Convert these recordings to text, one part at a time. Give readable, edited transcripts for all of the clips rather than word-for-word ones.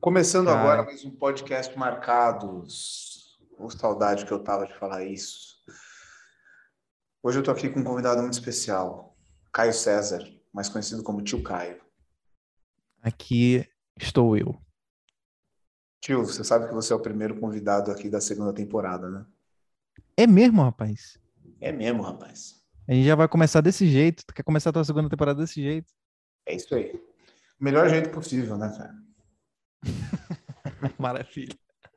Começando agora Cara, mais um podcast Marcados. Ô, saudade que eu tava de falar isso. Hoje eu tô aqui com um convidado muito especial, Caio César, mais conhecido como Tio Caio. aqui estou eu. Tio, você sabe que você é o primeiro convidado aqui da segunda temporada, né? É mesmo, rapaz? É mesmo, rapaz. A gente já vai começar desse jeito. Tu quer começar a tua segunda temporada desse jeito? É isso aí. O melhor jeito possível, né, cara? Maravilha.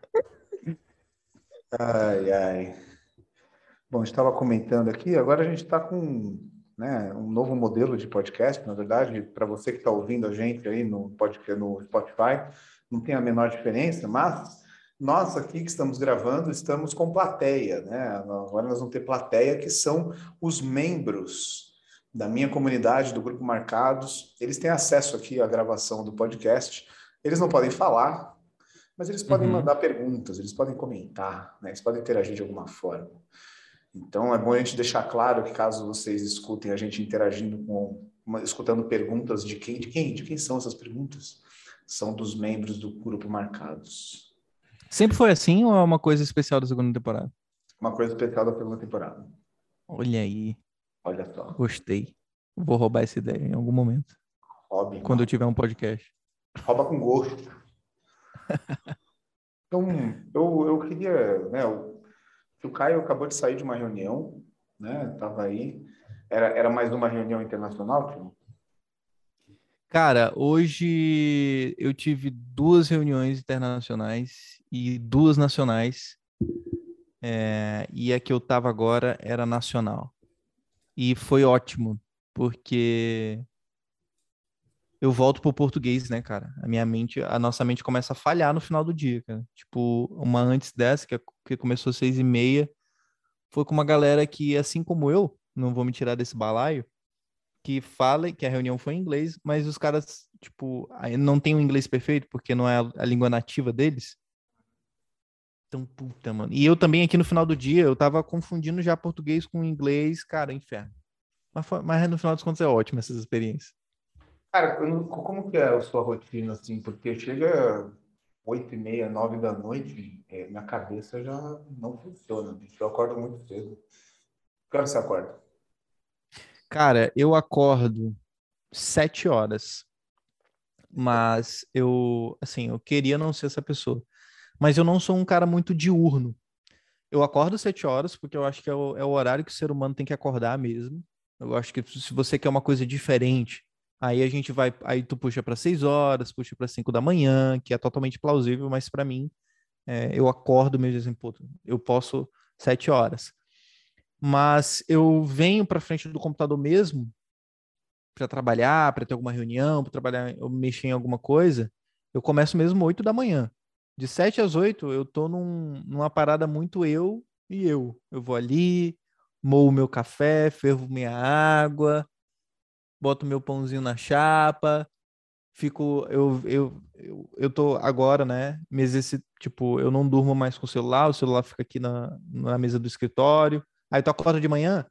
Ai, ai. Bom, a gente estava comentando aqui, agora a gente está com, né, um novo modelo de podcast, na verdade, para você que está ouvindo a gente aí no podcast, no Spotify, não tem a menor diferença, mas nós aqui que estamos gravando estamos com plateia, né? Agora nós vamos ter plateia, que são os membros da minha comunidade, do Grupo Marcados. Eles têm acesso aqui à gravação do podcast. Eles não podem falar, mas eles podem mandar perguntas, eles podem comentar, né? Eles podem interagir de alguma forma. Então, é bom a gente deixar claro que caso vocês escutem a gente interagindo escutando perguntas de quem são essas perguntas? São dos membros do Grupo Marcados. Sempre foi assim ou é uma coisa especial da segunda temporada? Uma coisa especial da segunda temporada. Olha aí, Olha só. gostei. Vou roubar essa ideia em algum momento, Robin, quando eu tiver um podcast. rouba com gosto. Então, eu queria, né, o Caio acabou de sair de uma reunião, né, estava aí. Era mais uma reunião internacional, tio? Cara, hoje eu tive 2 reuniões internacionais e 2 nacionais. E a que eu tava agora era nacional. E foi ótimo, porque eu volto pro português, né, cara? A nossa mente começa a falhar no final do dia, cara. Tipo, uma antes dessa, que começou às 6h30, foi com uma galera que, assim como eu, não vou me tirar desse balaio, que fala que a reunião foi em inglês, mas os caras, tipo, aí não tem o inglês perfeito, porque não é a língua nativa deles. Então, puta, mano. E eu também, aqui no final do dia, eu tava confundindo já português com inglês, cara, inferno. Mas no final dos contos é ótimo essas experiências. Cara, como que é a sua rotina, assim? Porque chega 8h30, 9 da noite, minha cabeça já não funciona, bicho. Eu acordo muito cedo. Que hora você acorda? Cara, eu acordo 7 horas, mas eu queria não ser essa pessoa. Mas eu não sou um cara muito diurno. Eu acordo 7 horas porque eu acho que é o horário que o ser humano tem que acordar mesmo. Eu acho que se você quer uma coisa diferente, aí a gente vai, aí tu puxa para 6 horas, puxa para 5 da manhã, que é totalmente plausível, mas para mim, eu acordo mesmo assim, pô, eu posso 7 horas. Mas eu venho para frente do computador mesmo para trabalhar, para ter alguma reunião, para trabalhar, eu mexer em alguma coisa, eu começo mesmo 8 da manhã. De 7 às 8, eu tô numa parada muito eu e eu. Eu vou ali, moo meu café, fervo minha água, boto meu pãozinho na chapa, fico, eu tô agora, né, me exercito, tipo, eu não durmo mais com o celular fica aqui na mesa do escritório. Aí tu acorda de manhã,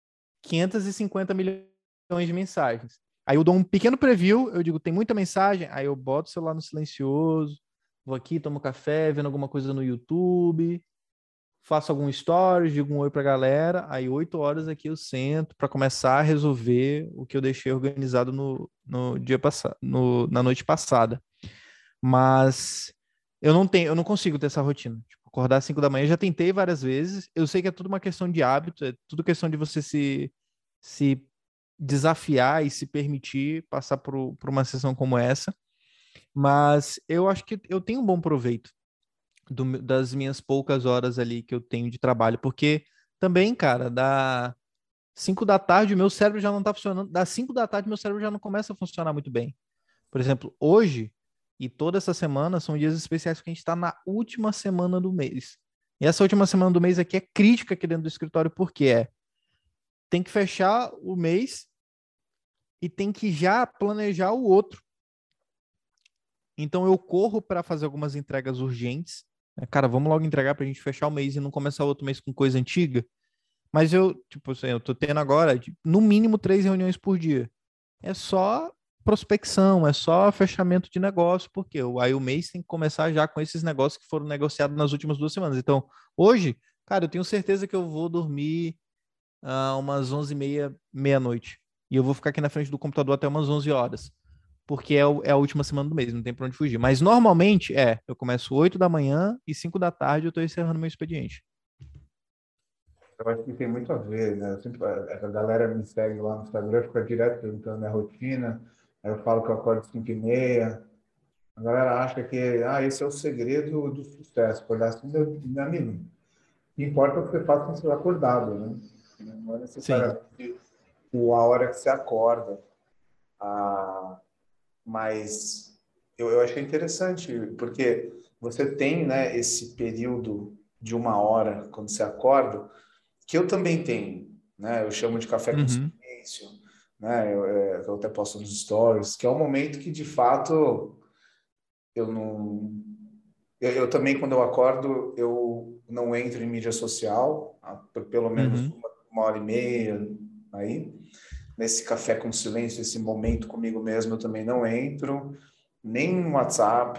550 milhões de mensagens. Aí eu dou um pequeno preview, eu digo, tem muita mensagem, aí eu boto o celular no silencioso, vou aqui, tomo café, vendo alguma coisa no YouTube, faço algum stories, digo um oi pra galera, aí 8 horas aqui eu sento para começar a resolver o que eu deixei organizado no dia passado, na noite passada. Mas eu não consigo ter essa rotina. Tipo, acordar às 5 da manhã, já tentei várias vezes. Eu sei que é tudo uma questão de hábito, é tudo questão de você se desafiar e se permitir passar por uma sessão como essa. Mas eu acho que eu tenho um bom proveito das minhas poucas horas ali que eu tenho de trabalho, porque também, cara, da 5 da tarde o meu cérebro já não tá funcionando, das 5 da tarde meu cérebro já não começa a funcionar muito bem. Por exemplo, hoje e toda essa semana são dias especiais porque a gente está na última semana do mês. E essa última semana do mês aqui é crítica aqui dentro do escritório, porque tem que fechar o mês e tem que já planejar o outro. Então eu corro para fazer algumas entregas urgentes. Cara, vamos logo entregar para a gente fechar o mês e não começar outro mês com coisa antiga. Mas eu, tipo assim, eu tô tendo agora, no mínimo 3 reuniões por dia. É só prospecção, é só fechamento de negócio, porque aí o mês tem que começar já com esses negócios que foram negociados nas últimas 2 semanas. Então, hoje, cara, eu tenho certeza que eu vou dormir umas 11h30, meia-noite. E eu vou ficar aqui na frente do computador até umas 11 horas. Porque é a última semana do mês, não tem pra onde fugir. Mas normalmente eu começo 8 da manhã e 5 da tarde eu tô encerrando meu expediente. Eu acho que tem muito a ver, né? Eu sempre, a galera me segue lá no Instagram, fica direto perguntando minha rotina. Aí eu falo que eu acordo 5h30. A galera acha que esse é o segredo do sucesso. Acordar assim, meu amigo. O que importa é o que você faz quando você está acordado, né? Não é Sim. necessariamente a hora que você acorda. Ah, mas eu achei interessante, porque você tem, né, esse período de 1 hora quando você acorda, que eu também tenho, né? Eu chamo de café com Uhum. silêncio, né? Eu até posto nos stories, que é um momento que, de fato, eu não... Eu também, quando eu acordo, eu não entro em mídia social, por pelo menos Uhum. uma hora e meia, aí. Nesse café com silêncio, esse momento comigo mesmo, eu também não entro, nem no WhatsApp.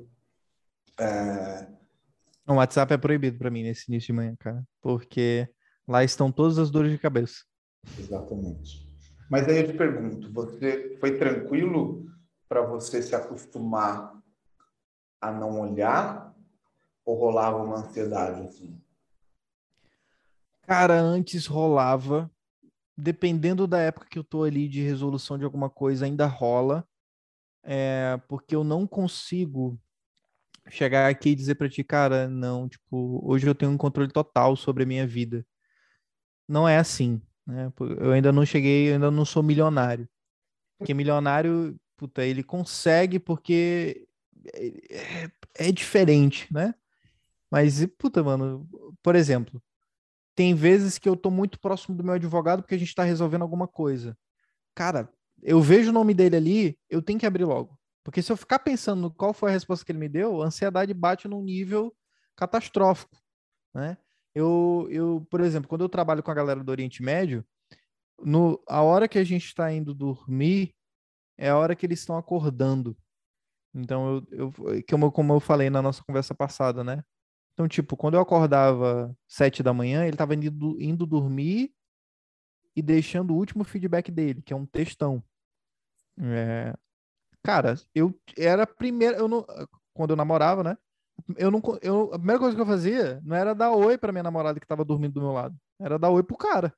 O WhatsApp é proibido pra mim nesse início de manhã, cara. Porque lá estão todas as dores de cabeça. Exatamente. Mas aí eu te pergunto, você foi tranquilo para você se acostumar a não olhar ou rolava uma ansiedade assim? Cara, antes rolava, dependendo da época que eu tô ali de resolução de alguma coisa, ainda rola, porque eu não consigo chegar aqui e dizer pra ti, cara, não, tipo, hoje eu tenho um controle total sobre a minha vida. Não é assim, né? Eu ainda não cheguei, eu ainda não sou milionário. Porque milionário, puta, ele consegue porque é diferente, né? Mas, puta, mano, por exemplo, tem vezes que eu tô muito próximo do meu advogado porque a gente tá resolvendo alguma coisa. Cara, eu vejo o nome dele ali, eu tenho que abrir logo. Porque se eu ficar pensando no qual foi a resposta que ele me deu, a ansiedade bate num nível catastrófico, né? Por exemplo, quando eu trabalho com a galera do Oriente Médio, a hora que a gente está indo dormir é a hora que eles estão acordando. Então, como eu falei na nossa conversa passada, né? Então, tipo, quando eu acordava 7 da manhã, ele estava indo dormir e deixando o último feedback dele, que é um textão. É, cara, eu era a primeira, eu não, quando eu namorava, né? Eu não, a primeira coisa que eu fazia não era dar oi pra minha namorada que tava dormindo do meu lado, era dar oi pro cara.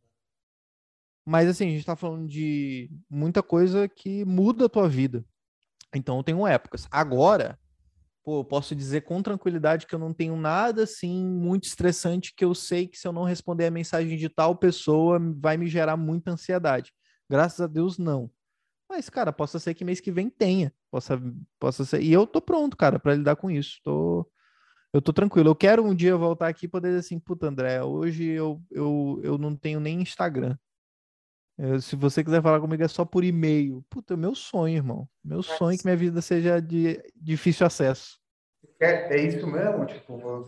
Mas assim, a gente tá falando de muita coisa que muda a tua vida. Então eu tenho épocas. Agora, pô, eu posso dizer com tranquilidade que eu não tenho nada assim muito estressante que eu sei que se eu não responder a mensagem de tal pessoa vai me gerar muita ansiedade. Graças a Deus, não. Mas, cara, possa ser que mês que vem tenha. Possa ser. E eu tô pronto, cara, pra lidar com isso. Eu tô tranquilo. Eu quero um dia voltar aqui e poder dizer assim, puta, André, hoje eu não tenho nem Instagram. Se você quiser falar comigo é só por e-mail. Puta, é meu sonho, irmão. Meu sonho é que minha vida seja de difícil acesso. É isso mesmo? Tipo, o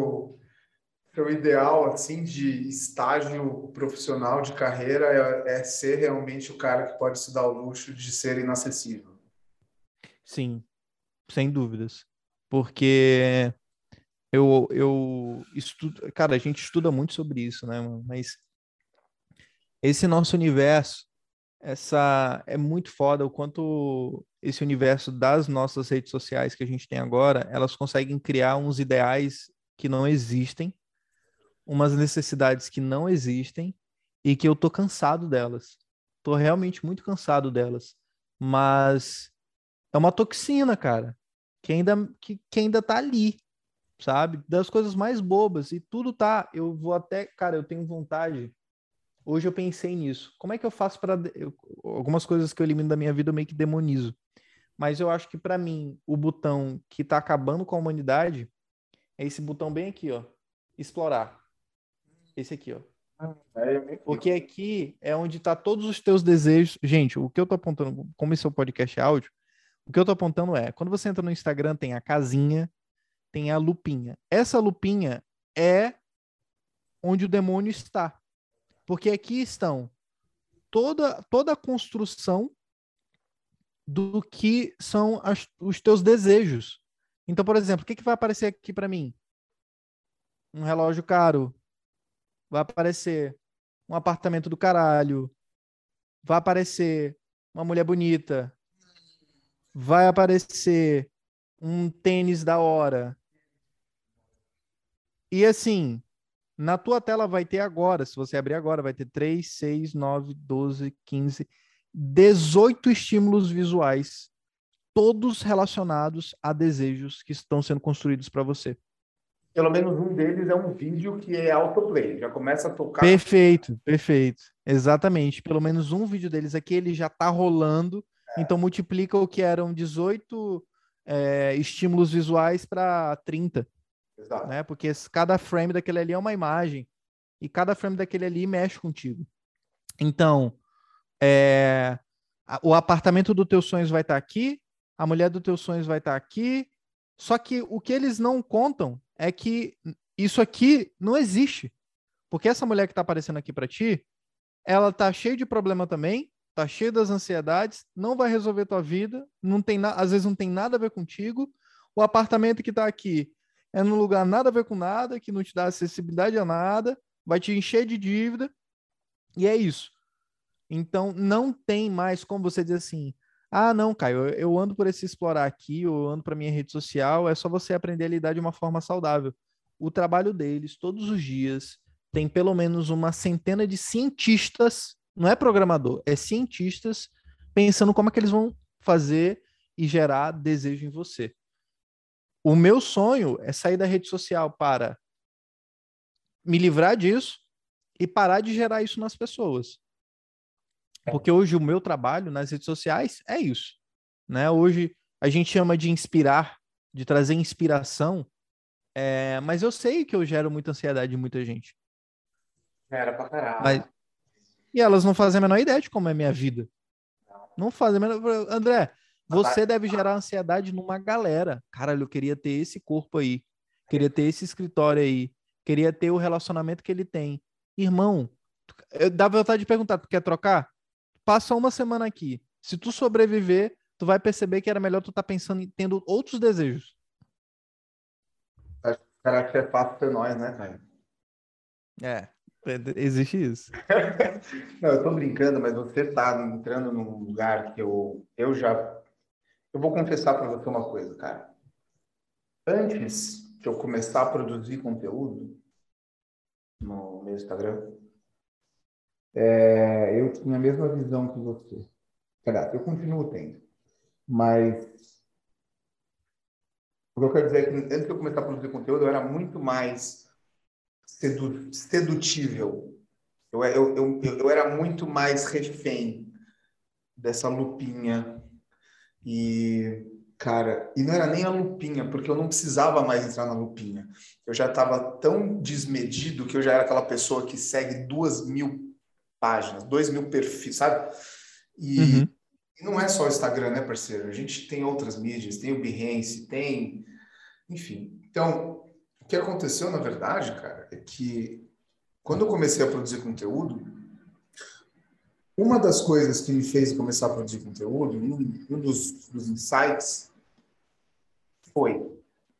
seu ideal assim de estágio profissional de carreira é ser realmente o cara que pode se dar o luxo de ser inacessível. Sim, sem dúvidas. Porque eu estudo. Cara, a gente estuda muito sobre isso, né, mano? Mas esse nosso universo, é muito foda o quanto esse universo das nossas redes sociais que a gente tem agora, elas conseguem criar uns ideais que não existem, umas necessidades que não existem e que eu tô cansado delas. Tô realmente muito cansado delas. Mas é uma toxina, cara, que ainda tá ali, sabe? Das coisas mais bobas e tudo tá. Eu vou até, cara, eu tenho vontade. Hoje eu pensei nisso. Como é que eu faço para algumas coisas que eu elimino da minha vida eu meio que demonizo. Mas eu acho que para mim o botão que tá acabando com a humanidade é esse botão bem aqui, ó, explorar. Esse aqui, ó. É, eu me Porque aqui é onde tá todos os teus desejos. Gente, o que eu tô apontando, como esse é o podcast áudio, o que eu tô apontando é, quando você entra no Instagram tem a casinha, tem a lupinha. Essa lupinha é onde o demônio está. Porque aqui estão toda a construção do que são os teus desejos. Então, por exemplo, o que vai aparecer aqui para mim? Um relógio caro. Vai aparecer um apartamento do caralho. Vai aparecer uma mulher bonita. Vai aparecer um tênis da hora. E assim, na tua tela vai ter agora, se você abrir agora, vai ter 3, 6, 9, 12, 15, 18 estímulos visuais, todos relacionados a desejos que estão sendo construídos para você. Pelo menos um deles é um vídeo que é autoplay, já começa a tocar. Perfeito, perfeito. Exatamente. Pelo menos um vídeo deles aqui, ele já está rolando, então multiplica o que eram 18 estímulos visuais para 30. Exato. Né? Porque cada frame daquele ali é uma imagem e cada frame daquele ali mexe contigo. Então, o apartamento dos teus sonhos vai estar aqui, a mulher dos teus sonhos vai estar aqui, só que o que eles não contam é que isso aqui não existe. Porque essa mulher que está aparecendo aqui para ti, ela tá cheia de problema também, tá cheia das ansiedades, não vai resolver tua vida, não tem às vezes não tem nada a ver contigo. O apartamento que tá aqui é num lugar nada a ver com nada, que não te dá acessibilidade a nada, vai te encher de dívida, e é isso. Então, não tem mais como você dizer assim, ah, não, Caio, eu ando por esse explorar aqui, eu ando para minha rede social, é só você aprender a lidar de uma forma saudável. O trabalho deles, todos os dias, tem pelo menos uma centena de cientistas, não é programador, é cientistas, pensando como é que eles vão fazer e gerar desejo em você. O meu sonho é sair da rede social para me livrar disso e parar de gerar isso nas pessoas. Porque hoje o meu trabalho nas redes sociais é isso, né? Hoje a gente chama de inspirar, de trazer inspiração, mas eu sei que eu gero muita ansiedade em muita gente. Era pra Mas, caralho. e elas não fazem a menor ideia de como é a minha vida. Não fazem a menor... André, você deve gerar ansiedade numa galera. Caralho, eu queria ter esse corpo aí. Queria ter esse escritório aí. Queria ter o relacionamento que ele tem. Irmão, dá vontade de perguntar, tu quer trocar? Passa uma semana aqui. Se tu sobreviver, tu vai perceber que era melhor tu estar pensando em tendo outros desejos. Acho que será que é fácil ser nós, né, cara? É, existe isso. Não, eu tô brincando, mas você tá entrando num lugar que eu já... Eu vou confessar para você uma coisa, cara. Antes de eu começar a produzir conteúdo no meu Instagram, eu tinha a mesma visão que você. Cadê? Eu continuo tendo. Mas o que eu quero dizer é que antes de eu começar a produzir conteúdo, eu era muito mais sedutível. Eu era muito mais refém dessa lupinha. E, cara, e não era nem a lupinha, porque eu não precisava mais entrar na lupinha. Eu já estava tão desmedido que eu já era aquela pessoa que segue 2.000 páginas, 2.000 perfis, sabe? E Uhum. não é só o Instagram, né, parceiro? A gente tem outras mídias, tem o Behance, tem... Enfim. Então, o que aconteceu, na verdade, cara, é que quando eu comecei a produzir conteúdo, uma das coisas que me fez começar a produzir conteúdo, um dos insights, foi: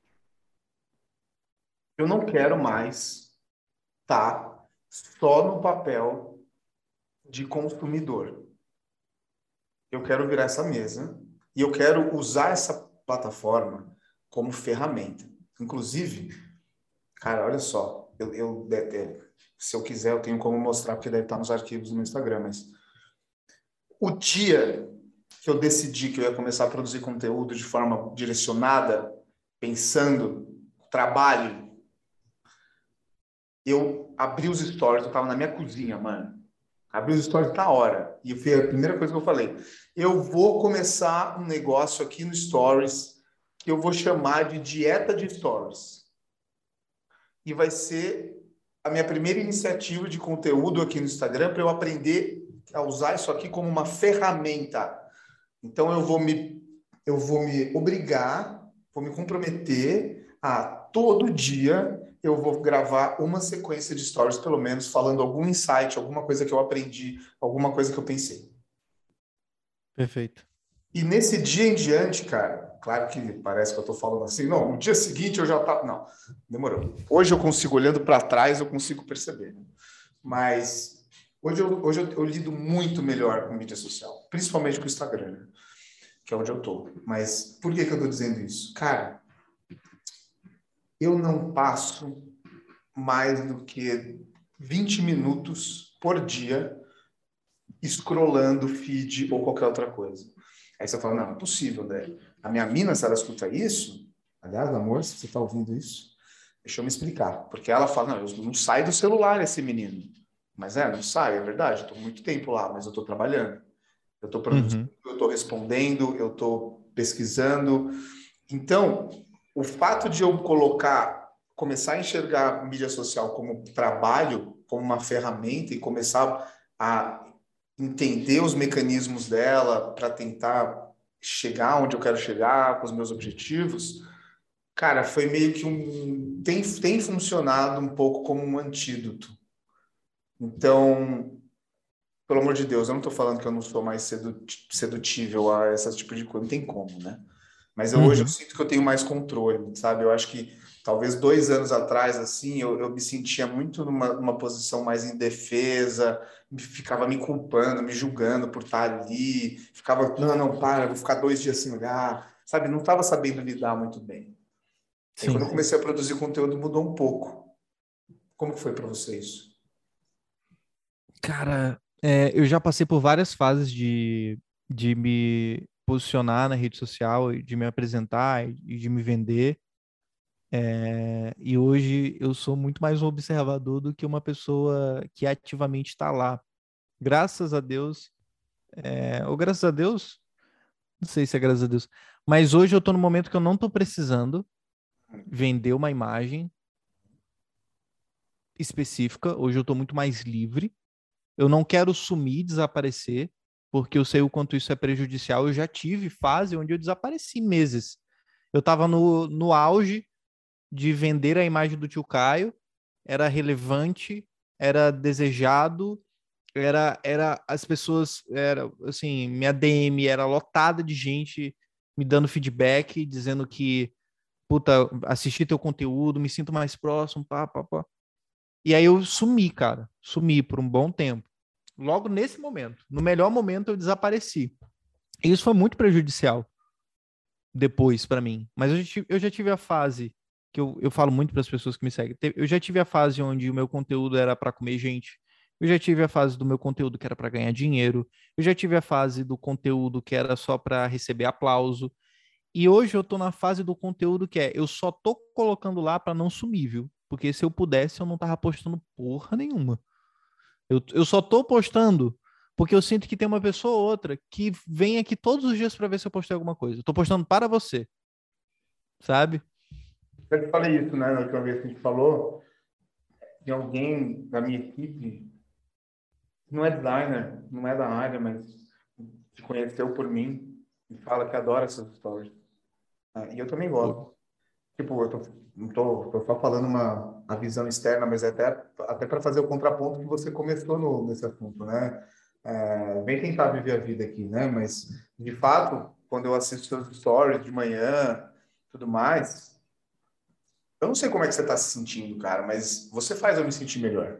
eu não quero mais estar só no papel de consumidor. Eu quero virar essa mesa e eu quero usar essa plataforma como ferramenta. Inclusive, cara, olha só, se eu quiser, eu tenho como mostrar, porque deve estar nos arquivos do meu Instagram, mas o dia que eu decidi que eu ia começar a produzir conteúdo de forma direcionada, pensando, trabalho, eu abri os stories, eu estava na minha cozinha, mano. Abri os stories na hora. E foi a primeira coisa que eu falei. Eu vou começar um negócio aqui no Stories que eu vou chamar de dieta de Stories. E vai ser a minha primeira iniciativa de conteúdo aqui no Instagram para eu aprender a usar isso aqui como uma ferramenta. Então, eu vou me obrigar, vou me comprometer a todo dia eu vou gravar uma sequência de stories, pelo menos, falando algum insight, alguma coisa que eu aprendi, alguma coisa que eu pensei. Perfeito. E nesse dia em diante, cara, claro que parece que eu estou falando assim, não, no dia seguinte eu já estava. Não, demorou. Hoje eu consigo, olhando para trás, eu consigo perceber. Né? Mas hoje eu lido muito melhor com mídia social, principalmente com o Instagram, né? Que é onde eu estou. Mas por que eu estou dizendo isso? Cara, eu não passo mais do que 20 minutos por dia scrollando feed ou qualquer outra coisa. Aí você fala, não, é possível, né? A minha mina, se ela escuta isso, aliás, amor, se você está ouvindo isso, deixa eu me explicar. Porque ela fala, não, eu não saio do celular esse menino. Mas não sai, é verdade, estou muito tempo lá, mas eu estou trabalhando. Eu estou produzindo, eu estou respondendo, eu estou pesquisando. Então, o fato de eu começar a enxergar a mídia social como trabalho, como uma ferramenta e começar a entender os mecanismos dela para tentar chegar onde eu quero chegar com os meus objetivos, cara, foi meio que tem funcionado um pouco como um antídoto. Então, pelo amor de Deus, eu não estou falando que eu não sou mais sedutível a esse tipo de coisa, não tem como, né? Mas hoje eu sinto que eu tenho mais controle, sabe? Eu acho que talvez 2 anos atrás, assim, eu me sentia muito numa posição mais indefesa, ficava me culpando, me julgando por estar ali, ficava, não, para, vou ficar 2 dias sem olhar, sabe? Não estava sabendo lidar muito bem. E quando eu comecei a produzir conteúdo, mudou um pouco. Como que foi para você isso? Cara, eu já passei por várias fases de me posicionar na rede social, e de me apresentar e de me vender. E hoje eu sou muito mais um observador do que uma pessoa que ativamente está lá. Graças a Deus, ou graças a Deus, não sei se é graças a Deus, mas hoje eu estou no momento que eu não estou precisando vender uma imagem específica. Hoje eu estou muito mais livre. Eu não quero sumir, desaparecer, porque eu sei o quanto isso é prejudicial. Eu já tive fase onde eu desapareci meses. Eu estava no auge de vender a imagem do tio Caio, era relevante, era desejado, era as pessoas, era assim, minha DM era lotada de gente me dando feedback, dizendo que, puta, assisti teu conteúdo, me sinto mais próximo, pá, pá, pá. E aí eu sumi, cara, sumi por um bom tempo. Logo nesse momento, no melhor momento eu desapareci. E isso foi muito prejudicial depois para mim. Mas eu já tive a fase que eu falo muito para as pessoas que me seguem. Eu já tive a fase onde o meu conteúdo era para comer gente. Eu já tive a fase do meu conteúdo que era para ganhar dinheiro. Eu já tive a fase do conteúdo que era só para receber aplauso. E hoje eu tô na fase do conteúdo que eu só tô colocando lá para não sumir, viu? Porque se eu pudesse, eu não tava postando porra nenhuma. Eu só tô postando porque eu sinto que tem uma pessoa ou outra que vem aqui todos os dias para ver se eu postei alguma coisa. Eu tô postando para você, sabe? Eu te falei isso, né? Na última vez que a gente falou, tem alguém da minha equipe, não é designer, não é da área, mas se conheceu por mim e fala que adora essas stories. E eu também Pô, gosto. Tipo, não tô só falando a visão externa, mas até para fazer o contraponto que você começou nesse assunto, né? Vem tentar viver a vida aqui, né? Mas, de fato, quando eu assisto seus stories de manhã, tudo mais, eu não sei como é que você está se sentindo, cara, mas você faz eu me sentir melhor.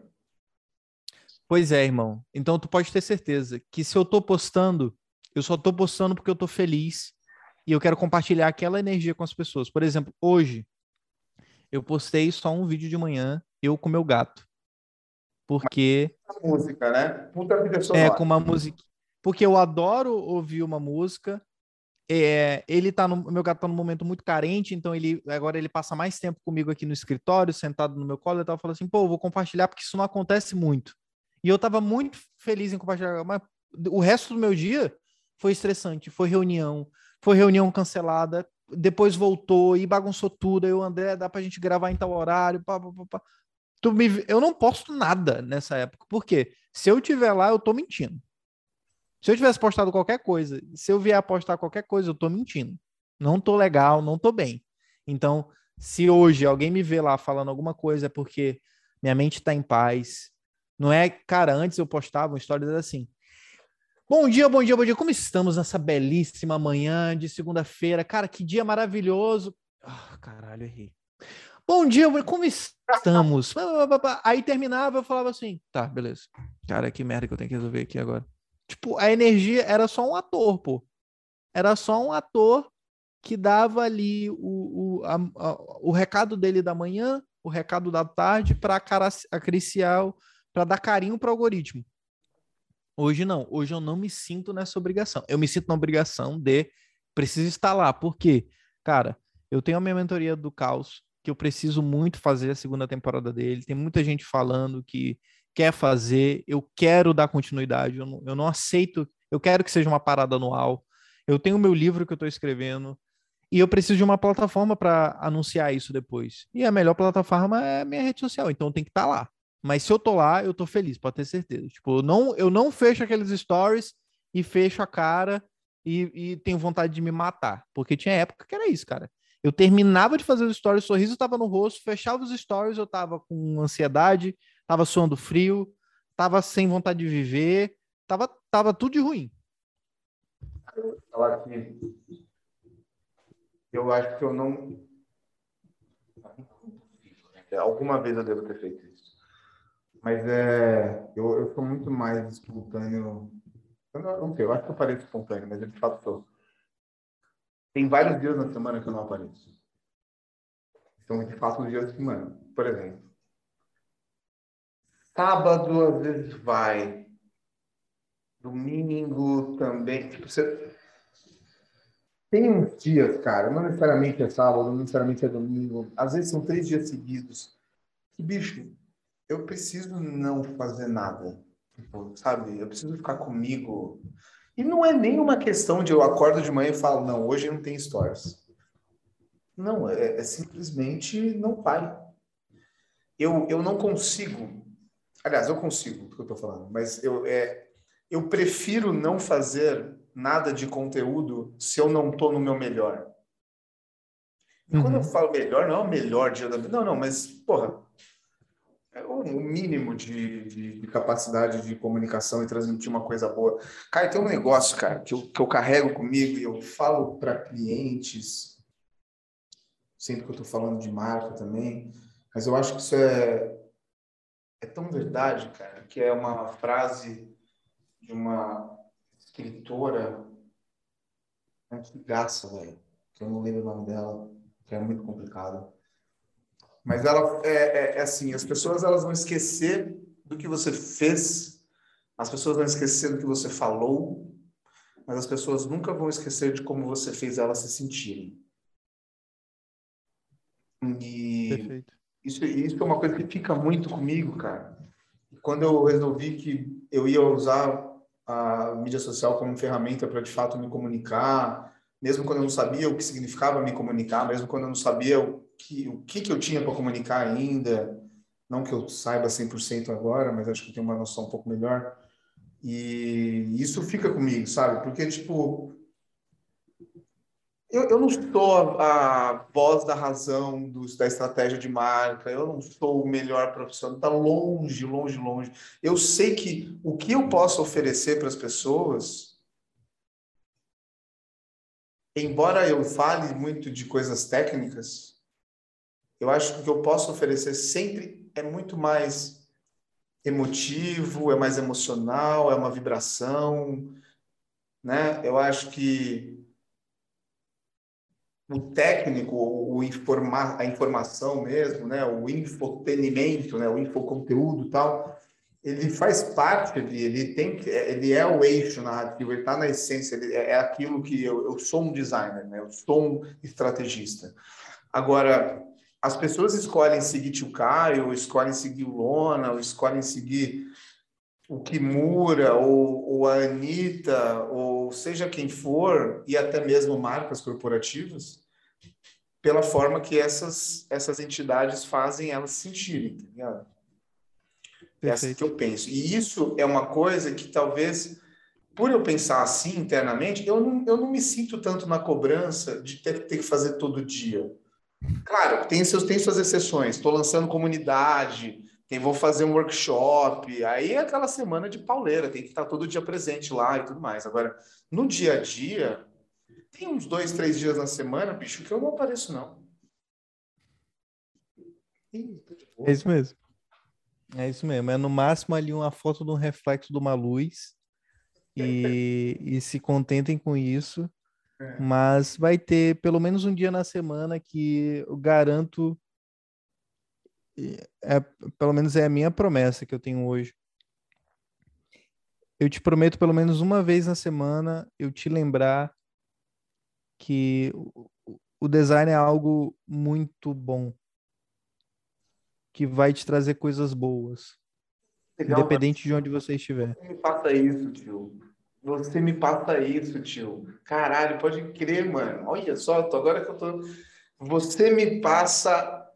pois é, irmão. Então tu pode ter certeza que se eu tô postando, eu só tô postando porque eu tô feliz e eu quero compartilhar aquela energia com as pessoas. Por exemplo, hoje eu postei só um vídeo de manhã, eu com meu gato, porque A música, né? Puta vida com sonora. uma música, porque eu adoro ouvir uma música. Ele tá no meu gato tá num momento muito carente, então ele passa mais tempo comigo aqui no escritório, sentado no meu colo, e tava falando assim, pô, eu vou compartilhar porque isso não acontece muito. E eu tava muito feliz em compartilhar, mas o resto do meu dia foi estressante, foi reunião cancelada, depois voltou e bagunçou tudo. Aí o André, dá pra gente gravar em tal horário, pá, pá, pá, pá. Eu não posto nada nessa época, porque se eu tiver lá, eu tô mentindo. Se eu tivesse postado qualquer coisa, se eu vier a postar qualquer coisa, eu tô mentindo. Não tô legal, não tô bem. Então, se hoje alguém me vê lá falando alguma coisa, é porque minha mente tá em paz. Não é, cara, antes eu postava histórias assim. Bom dia, bom dia, bom dia. Como estamos nessa belíssima manhã de segunda-feira? Cara, que dia maravilhoso. Caralho, errei. Bom dia, como estamos? Aí terminava, eu falava assim, tá, beleza. Cara, que merda que eu tenho que resolver aqui agora. Tipo, a energia era só um ator, pô. Era só um ator que dava ali o recado dele da manhã, o recado da tarde para acariciar, para dar carinho para o algoritmo. Hoje não, hoje eu não me sinto nessa obrigação. Eu me sinto na obrigação de preciso estar lá. Por quê? Cara, eu tenho a minha mentoria do Caos, que eu preciso muito fazer a segunda temporada dele. Tem muita gente falando que quer fazer, eu quero dar continuidade, eu não aceito, eu quero que seja uma parada anual. Eu tenho o meu livro que eu estou escrevendo e eu preciso de uma plataforma para anunciar isso depois. E a melhor plataforma é a minha rede social, então tem que estar lá. Mas se eu tô lá, eu tô feliz, pode ter certeza. Tipo, eu não fecho aqueles stories e fecho a cara e tenho vontade de me matar. Porque tinha época que era isso, cara. Eu terminava de fazer os stories, o sorriso tava no rosto, fechava os stories, eu tava com ansiedade, tava suando frio, tava sem vontade de viver, tava tudo de ruim. Eu acho que eu não... Alguma vez eu devo ter feito isso. Mas eu sou muito mais espontâneo. Eu não sei, eu acho que eu pareço espontâneo, mas eu de fato sou. Tem vários dias na semana que eu não apareço. São de fato os dias que, mano, por exemplo, sábado às vezes vai, domingo também. Tipo, você tem uns dias, cara, não necessariamente é sábado, não necessariamente é domingo, às vezes são 3 dias seguidos. Que bicho, eu preciso não fazer nada, tipo, sabe? Eu preciso ficar comigo. E não é nem uma questão de eu acordo de manhã e falo, não, hoje não tem stories. Não, é simplesmente não vai. Eu não consigo. Aliás, eu consigo, do que eu estou falando, mas eu prefiro não fazer nada de conteúdo se eu não estou no meu melhor. E quando eu falo melhor, não é o melhor dia da vida. Não, não, mas, porra, é o mínimo de capacidade de comunicação e transmitir uma coisa boa. Cara, tem um negócio, cara, que eu carrego comigo e eu falo para clientes, sempre que eu estou falando de marca também, mas eu acho que isso é tão verdade, cara, que é uma frase de uma escritora antigaça, velho, que eu não lembro o nome dela, que é muito complicado. Mas ela é assim, as pessoas elas vão esquecer do que você fez, as pessoas vão esquecer do que você falou, mas as pessoas nunca vão esquecer de como você fez elas se sentirem. E Perfeito. isso é uma coisa que fica muito comigo, cara. Quando eu resolvi que eu ia usar a mídia social como ferramenta para, de fato, me comunicar, mesmo quando eu não sabia o que significava me comunicar, mesmo quando eu não sabia o que eu tinha para comunicar ainda, não que eu saiba 100% agora, mas acho que eu tenho uma noção um pouco melhor. E isso fica comigo, sabe? Porque, tipo, eu não sou a voz da razão da estratégia de marca, eu não sou o melhor profissional, está longe, longe, longe. Eu sei que o que eu posso oferecer para as pessoas, embora eu fale muito de coisas técnicas, eu acho que o que eu posso oferecer sempre é muito mais emotivo, é mais emocional, é uma vibração, né? Eu acho que o técnico, a informação mesmo, né, o infotenimento, né, o infoconteúdo e tal, ele faz parte ele é o eixo narrativo, ele está na essência, ele é aquilo que eu sou um designer, né, eu sou um estrategista. Agora, as pessoas escolhem seguir Tio Caio, ou escolhem seguir o Lona, ou escolhem seguir o Kimura, ou a Anitta, ou seja quem for, e até mesmo marcas corporativas, pela forma que essas entidades fazem elas se sentirem, tá ligado? É assim que Perfeito. eu penso. E isso é uma coisa que talvez, por eu pensar assim internamente, eu não me sinto tanto na cobrança de ter que fazer todo dia. Claro, tem suas exceções. Estou lançando comunidade, Quem vou fazer um workshop, aí é aquela semana de pauleira, tem que estar todo dia presente lá e tudo mais. Agora, no dia a dia, tem uns 2, 3 dias na semana, bicho, que eu não apareço, não. Ih, tô de É boa. isso mesmo. É isso mesmo. É no máximo ali uma foto de um reflexo de uma luz e se contentem com isso. É. Mas vai ter pelo menos um dia na semana que eu garanto, é, pelo menos é a minha promessa que eu tenho hoje. Eu te prometo pelo menos uma vez na semana eu te lembrar que o design é algo muito bom, que vai te trazer coisas boas, Legal, mano. independente de onde você estiver. Você me passa isso, tio. Você me passa isso, tio. Caralho, pode crer, mano. Olha só, agora que eu tô. Você me passa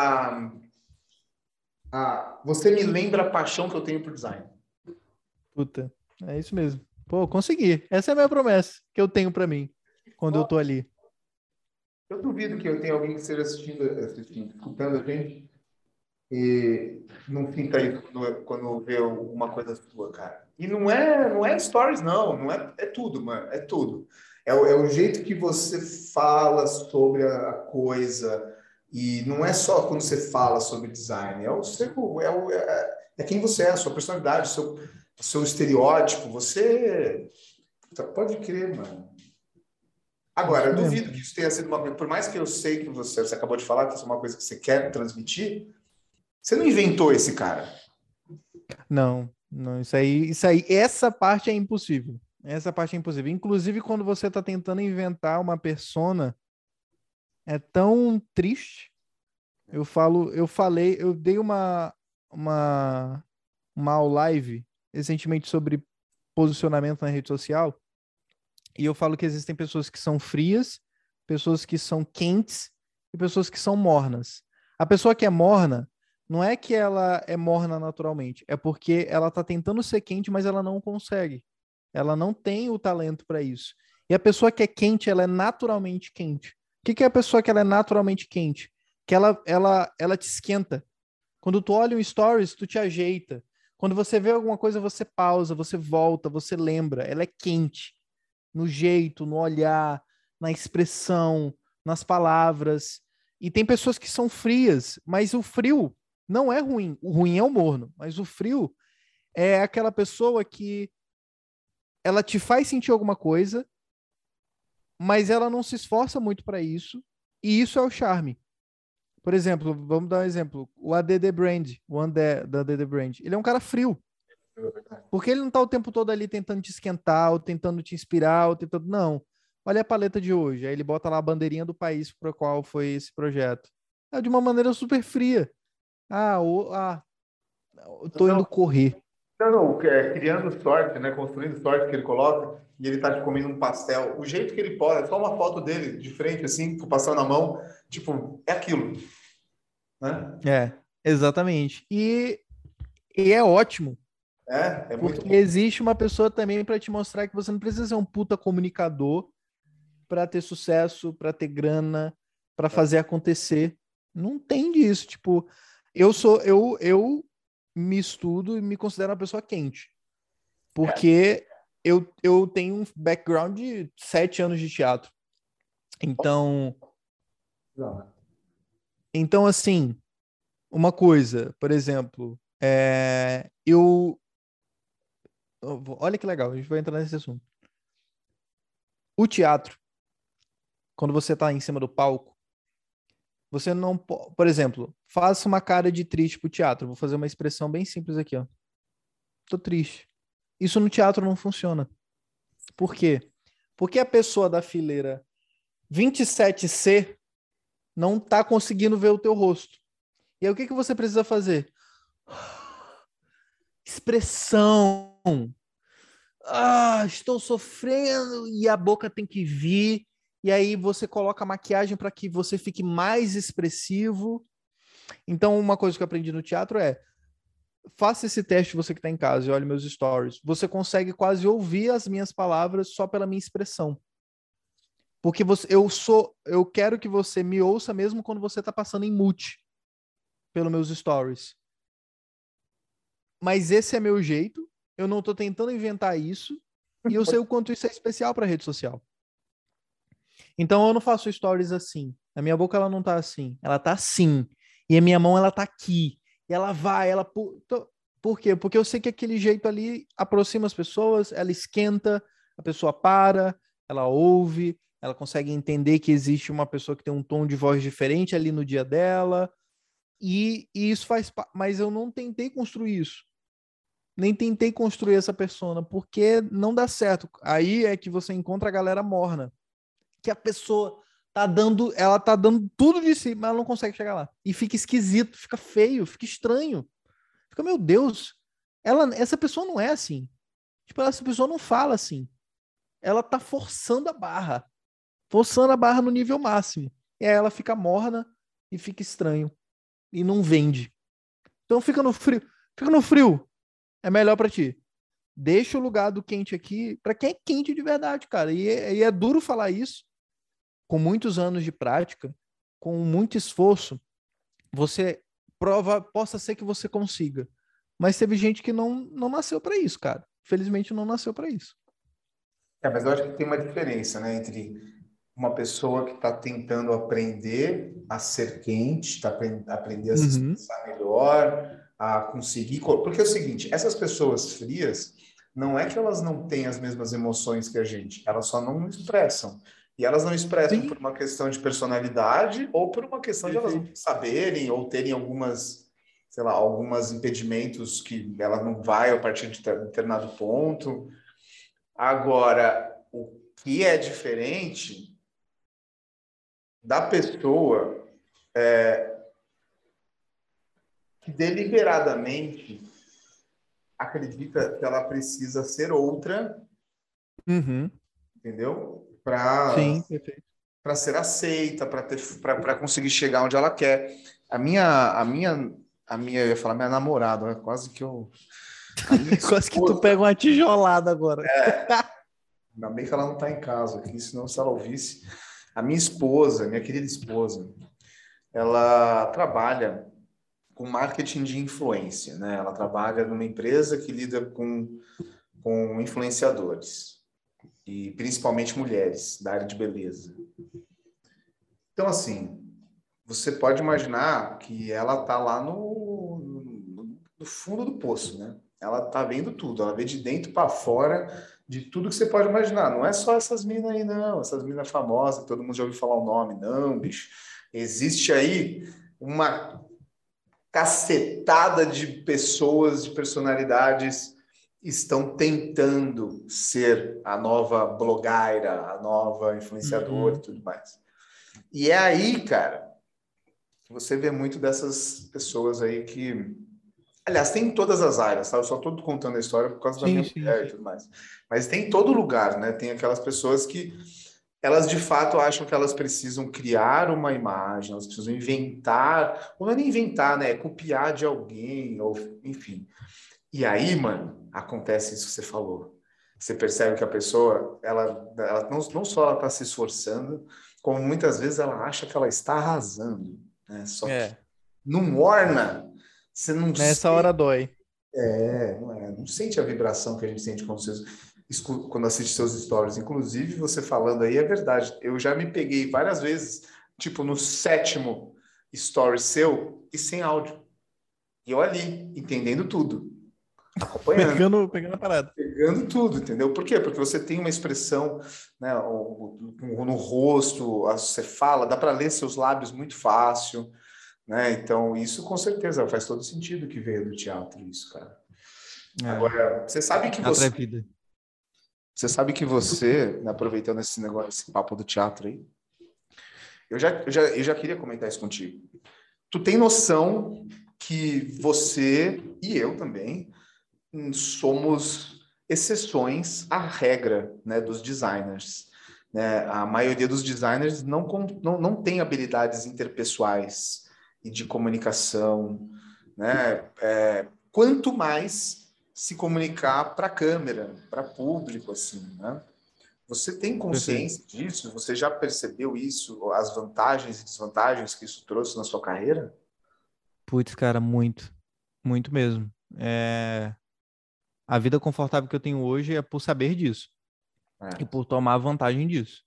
Você me lembra a paixão que eu tenho por design. Puta, é isso mesmo. Pô, consegui. Essa é a minha promessa que eu tenho pra mim quando eu tô ali. Eu duvido que eu tenha alguém que esteja escutando a gente e não sinta isso quando vê alguma coisa sua, cara. E não é stories, não é tudo, mano, é tudo. É o jeito que você fala sobre a coisa e não é só quando você fala sobre design, é quem você é, a sua personalidade, o seu estereótipo, você pode crer, mano. É Agora, isso eu mesmo, duvido que cara. isso tenha sido uma coisa, por mais que eu sei que você acabou de falar que isso é uma coisa que você quer transmitir, você não inventou esse cara. Não, não, isso aí, essa parte é impossível. Essa parte é impossível. Inclusive, quando você está tentando inventar uma persona, é tão triste. Eu dei uma, uma live recentemente sobre posicionamento na rede social, e eu falo que existem pessoas que são frias, pessoas que são quentes e pessoas que são mornas. A pessoa que é morna, não é que ela é morna naturalmente, é porque ela está tentando ser quente, mas ela não consegue. Ela não tem o talento para isso. E a pessoa que é quente, ela é naturalmente quente. O que que é a pessoa que ela é naturalmente quente? Que ela te esquenta. Quando tu olha um stories, tu te ajeita. Quando você vê alguma coisa, você pausa, você volta, você lembra. Ela é quente no jeito, no olhar, na expressão, nas palavras. E tem pessoas que são frias, mas o frio não é ruim. O ruim é o morno, mas o frio é aquela pessoa que ela te faz sentir alguma coisa, mas ela não se esforça muito para isso, e isso é o charme. Por exemplo, vamos dar um exemplo. O ADD Brand, o André da ADD Brand, ele é um cara frio. Porque ele não tá o tempo todo ali tentando te esquentar, ou tentando te inspirar, ou tentando. Não. Olha a paleta de hoje. Aí ele bota lá a bandeirinha do país para o qual foi esse projeto. É de uma maneira super fria. Eu tô Não, indo correr. não, criando sorte, né? Construindo sorte que ele coloca e ele tá te comendo um pastel. O jeito que ele pode, é só uma foto dele de frente, assim, com o pastel na mão, tipo, é aquilo, né? É, exatamente. E é ótimo, É muito porque bom. existe uma pessoa também para te mostrar que você não precisa ser um puta comunicador para ter sucesso, para ter grana, para fazer acontecer. Não tem disso. Tipo, eu me estudo e me considero uma pessoa quente, porque eu tenho um background de 7 anos de teatro. Então, Não. então assim, uma coisa, por exemplo, olha que legal, a gente vai entrar nesse assunto. O teatro, quando você está em cima do palco, você não pode, por exemplo, faça uma cara de triste pro teatro. Vou fazer uma expressão bem simples aqui, ó. Tô triste. Isso no teatro não funciona. Por quê? Porque a pessoa da fileira 27C não tá conseguindo ver o teu rosto. E aí o que que você precisa fazer? Expressão. Estou sofrendo e a boca tem que vir. E aí você coloca maquiagem para que você fique mais expressivo. Então, uma coisa que eu aprendi no teatro é: faça esse teste você que está em casa e olhe meus stories. Você consegue quase ouvir as minhas palavras só pela minha expressão. Porque eu quero que você me ouça mesmo quando você está passando em mute pelos meus stories. mas esse é meu jeito, eu não tô tentando inventar isso, e eu sei o quanto isso é especial para rede social. Então eu não faço stories assim. A minha boca ela não tá assim, ela tá assim. E a minha mão ela tá aqui. E ela vai, por quê? Porque eu sei que aquele jeito ali aproxima as pessoas, ela esquenta, a pessoa para, ela ouve, ela consegue entender que existe uma pessoa que tem um tom de voz diferente ali no dia dela. E isso faz, mas eu não tentei construir isso. Nem tentei construir essa persona, porque não dá certo. Aí é que você encontra a galera morna, que a pessoa ela tá dando tudo de si, mas ela não consegue chegar lá. E fica esquisito, fica feio, fica estranho. Fica, meu Deus, essa pessoa não é assim. Tipo, essa pessoa não fala assim. Ela tá forçando a barra no nível máximo. E aí ela fica morna e fica estranho e não vende. Então fica no frio. Fica no frio. É melhor para ti. Deixa o lugar do quente aqui para quem é quente de verdade, cara. E é duro falar isso com muitos anos de prática, com muito esforço, você possa ser que você consiga. Mas teve gente que não nasceu para isso, cara. Felizmente não nasceu para isso. Mas eu acho que tem uma diferença, né, entre uma pessoa que está tentando aprender a ser quente, aprender a se Uhum. expressar melhor, a conseguir. Porque é o seguinte, essas pessoas frias, não é que elas não têm as mesmas emoções que a gente, elas só não expressam. E elas não expressam por Sim, uma questão de personalidade ou por uma questão de elas não perfeito. saberem ou terem algumas, sei lá, alguns impedimentos que ela não vai a partir de determinado ponto. Agora, o que é diferente da pessoa que deliberadamente acredita que ela precisa ser outra, Uhum. entendeu? Para Sim, perfeito. ser aceita, para conseguir chegar onde ela quer. A minha a minha eu ia falar minha namorada, né? Quase que eu a minha Quase que tu esposa, pega uma tijolada agora. ainda bem que ela não está em casa aqui, senão se ela ouvisse, a minha esposa, minha querida esposa, ela trabalha com marketing de influência, né? Ela trabalha numa empresa que lida com influenciadores e principalmente mulheres da área de beleza. Então, assim, você pode imaginar que ela tá lá no fundo do poço, né? Ela tá vendo tudo, ela vê de dentro para fora de tudo que você pode imaginar. Não é só essas minas aí, não, essas minas famosas, todo mundo já ouviu falar o nome, não, bicho. Existe aí uma cacetada de pessoas, de personalidades estão tentando ser a nova blogueira, a nova influenciadora e Uhum. tudo mais. E é aí, cara, que você vê muito dessas pessoas aí que... Aliás, tem em todas as áreas, tá? Eu só estou contando a história por causa da Sim, minha sim, mulher e sim. tudo mais. Mas tem em todo lugar, né? Tem aquelas pessoas que elas de fato acham que elas precisam criar uma imagem, elas precisam inventar, ou não é nem inventar, né? É copiar de alguém, ou enfim. E aí, mano, acontece isso que você falou. Você percebe que a pessoa, ela não só ela está se esforçando, como muitas vezes ela acha que ela está arrasando, né? Só que É, não orna, você não nessa sente, hora dói. não sente a vibração que a gente sente quando assiste seus stories. Inclusive, você falando aí é verdade. Eu já me peguei várias vezes, tipo no sétimo story seu e sem áudio. E eu ali, entendendo tudo, acompanhando. Pegando a parada. Pegando tudo, entendeu? Por quê? Porque você tem uma expressão, né, no rosto, você fala, dá para ler seus lábios muito fácil, né? Então, isso com certeza faz todo sentido que veio do teatro, isso, cara. É, Agora, atrevida. né, aproveitando esse negócio, esse papo do teatro aí, eu já queria comentar isso contigo. Tu tem noção que você e eu também somos exceções à regra, né, dos designers. Né? A maioria dos designers não tem habilidades interpessoais e de comunicação. Né? Quanto mais se comunicar para a câmera, para público, assim, né? Você tem Perfeito. consciência disso? Você já percebeu isso, as vantagens e desvantagens que isso trouxe na sua carreira? Putz, cara, muito. Muito mesmo. A vida confortável que eu tenho hoje é por saber disso e por tomar vantagem disso.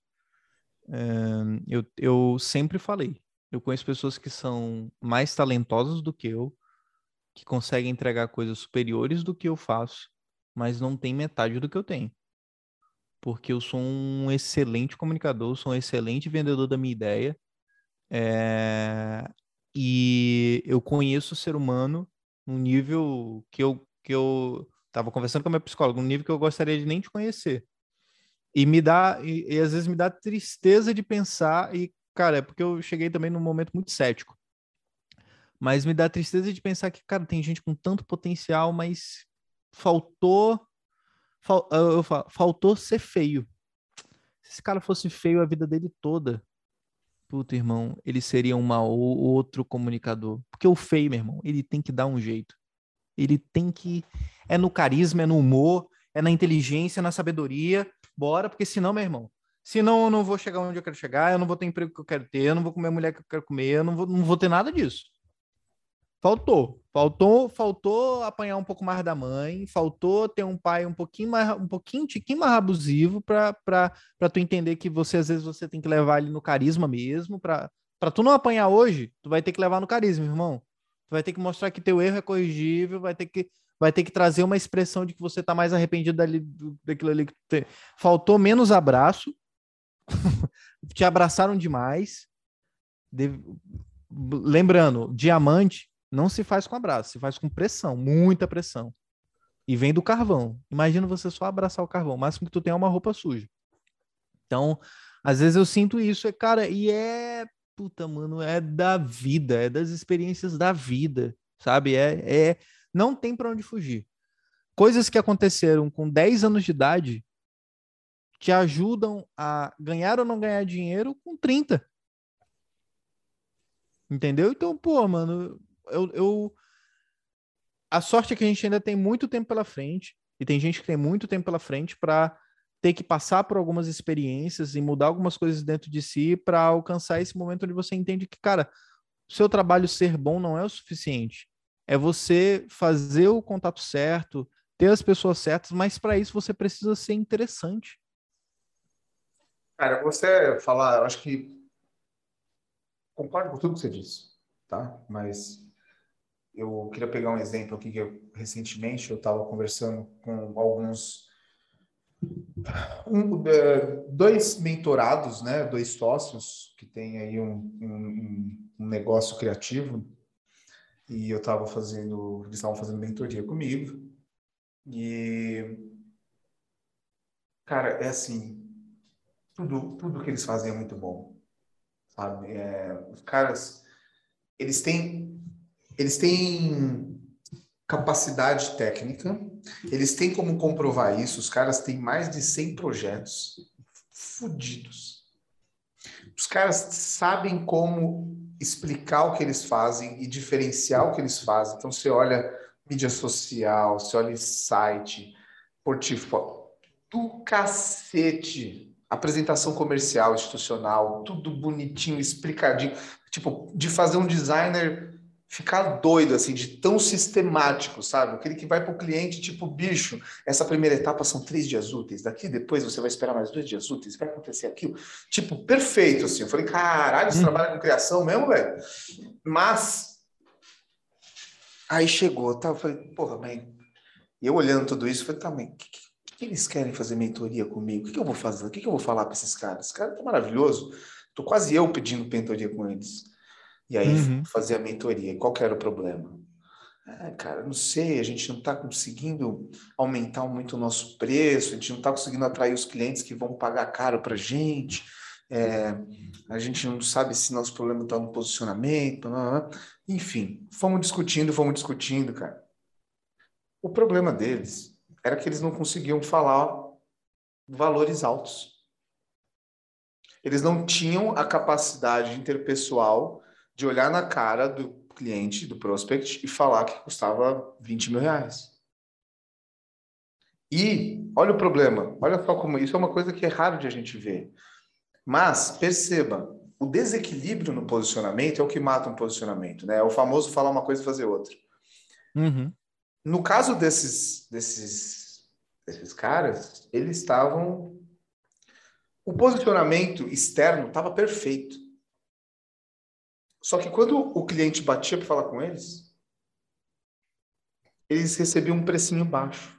Eu sempre falei, eu conheço pessoas que são mais talentosas do que eu, que conseguem entregar coisas superiores do que eu faço, mas não tem metade do que eu tenho. Porque eu sou um excelente comunicador, sou um excelente vendedor da minha ideia, e eu conheço o ser humano num nível que eu estava conversando com a minha psicóloga, num nível que eu gostaria de nem te conhecer. E às vezes me dá tristeza de pensar, e, cara, é porque eu cheguei também num momento muito cético. Mas me dá tristeza de pensar que, cara, tem gente com tanto potencial, mas faltou ser feio. Se esse cara fosse feio a vida dele toda, puta, irmão, ele seria outro comunicador. Porque o feio, meu irmão, ele tem que dar um jeito. Ele tem que... É no carisma, é no humor, é na inteligência, na sabedoria. Bora, porque senão, meu irmão, senão eu não vou chegar onde eu quero chegar, eu não vou ter o emprego que eu quero ter, eu não vou comer a mulher que eu quero comer, eu não vou ter nada disso. Faltou apanhar um pouco mais da mãe, faltou ter um pai um tiquinho mais abusivo para tu entender que às vezes você tem que levar ele no carisma mesmo, para tu não apanhar hoje, tu vai ter que levar no carisma, irmão. Tu vai ter que mostrar que teu erro é corrigível, vai ter que trazer uma expressão de que você tá mais arrependido daquilo ali faltou menos abraço, te abraçaram demais. Lembrando, diamante não se faz com abraço, se faz com pressão, muita pressão. E vem do carvão. Imagina você só abraçar o carvão. O máximo que tu tem é uma roupa suja. Então, às vezes eu sinto isso, cara, puta, mano, é da vida, é das experiências da vida, sabe? Não tem pra onde fugir. Coisas que aconteceram com 10 anos de idade te ajudam a ganhar ou não ganhar dinheiro com 30. Entendeu? Então, pô, mano, a sorte é que a gente ainda tem muito tempo pela frente, e tem gente que tem muito tempo pela frente para ter que passar por algumas experiências e mudar algumas coisas dentro de si para alcançar esse momento onde você entende que, cara, o seu trabalho ser bom não é o suficiente. É você fazer o contato certo, ter as pessoas certas, mas para isso você precisa ser interessante. Cara, você falar, eu acho que concordo com tudo que você disse, tá? Mas eu queria pegar um exemplo aqui que recentemente eu estava conversando com dois mentorados, né? Dois sócios que têm aí um negócio criativo, e eles estavam fazendo mentoria comigo. E, cara, é assim, tudo que eles fazem é muito bom, sabe? Os caras, eles têm capacidade técnica, eles têm como comprovar isso. Os caras têm mais de 100 projetos fodidos. Os caras sabem como explicar o que eles fazem e diferenciar o que eles fazem. Então, você olha mídia social, você olha site, portfólio, do cacete. Apresentação comercial, institucional, tudo bonitinho, explicadinho. Tipo, de fazer um designer ficar doido, assim, de tão sistemático, sabe? Aquele que vai para o cliente, tipo, bicho, essa primeira etapa são 3 dias úteis, daqui depois você vai esperar mais 2 dias úteis, vai acontecer aquilo. Tipo, perfeito, assim. Eu falei, caralho, você trabalha com criação mesmo, velho? Mas, aí chegou, tá? Eu falei, porra, mãe. E eu olhando tudo isso, eu falei, tá, mãe, que eles querem fazer mentoria comigo? O que eu vou fazer? O que eu vou falar para esses caras? Esse cara tá maravilhoso. Tô quase eu pedindo mentoria com eles. E aí fazer a mentoria. Qual que era o problema? Cara, não sei, a gente não está conseguindo aumentar muito o nosso preço, a gente não está conseguindo atrair os clientes que vão pagar caro para a gente gente não sabe se nosso problema está no posicionamento, enfim, fomos discutindo, cara. O problema deles era que eles não conseguiam falar valores altos. Eles não tinham a capacidade interpessoal de olhar na cara do cliente, do prospect, e falar que custava 20 mil reais. E olha o problema, olha só como isso é uma coisa que é raro de a gente ver. Mas perceba, o desequilíbrio no posicionamento é o que mata um posicionamento, né? É o famoso falar uma coisa e fazer outra. No caso desses caras, eles estavam... O posicionamento externo estava perfeito. Só que quando o cliente batia para falar com eles recebiam um precinho baixo.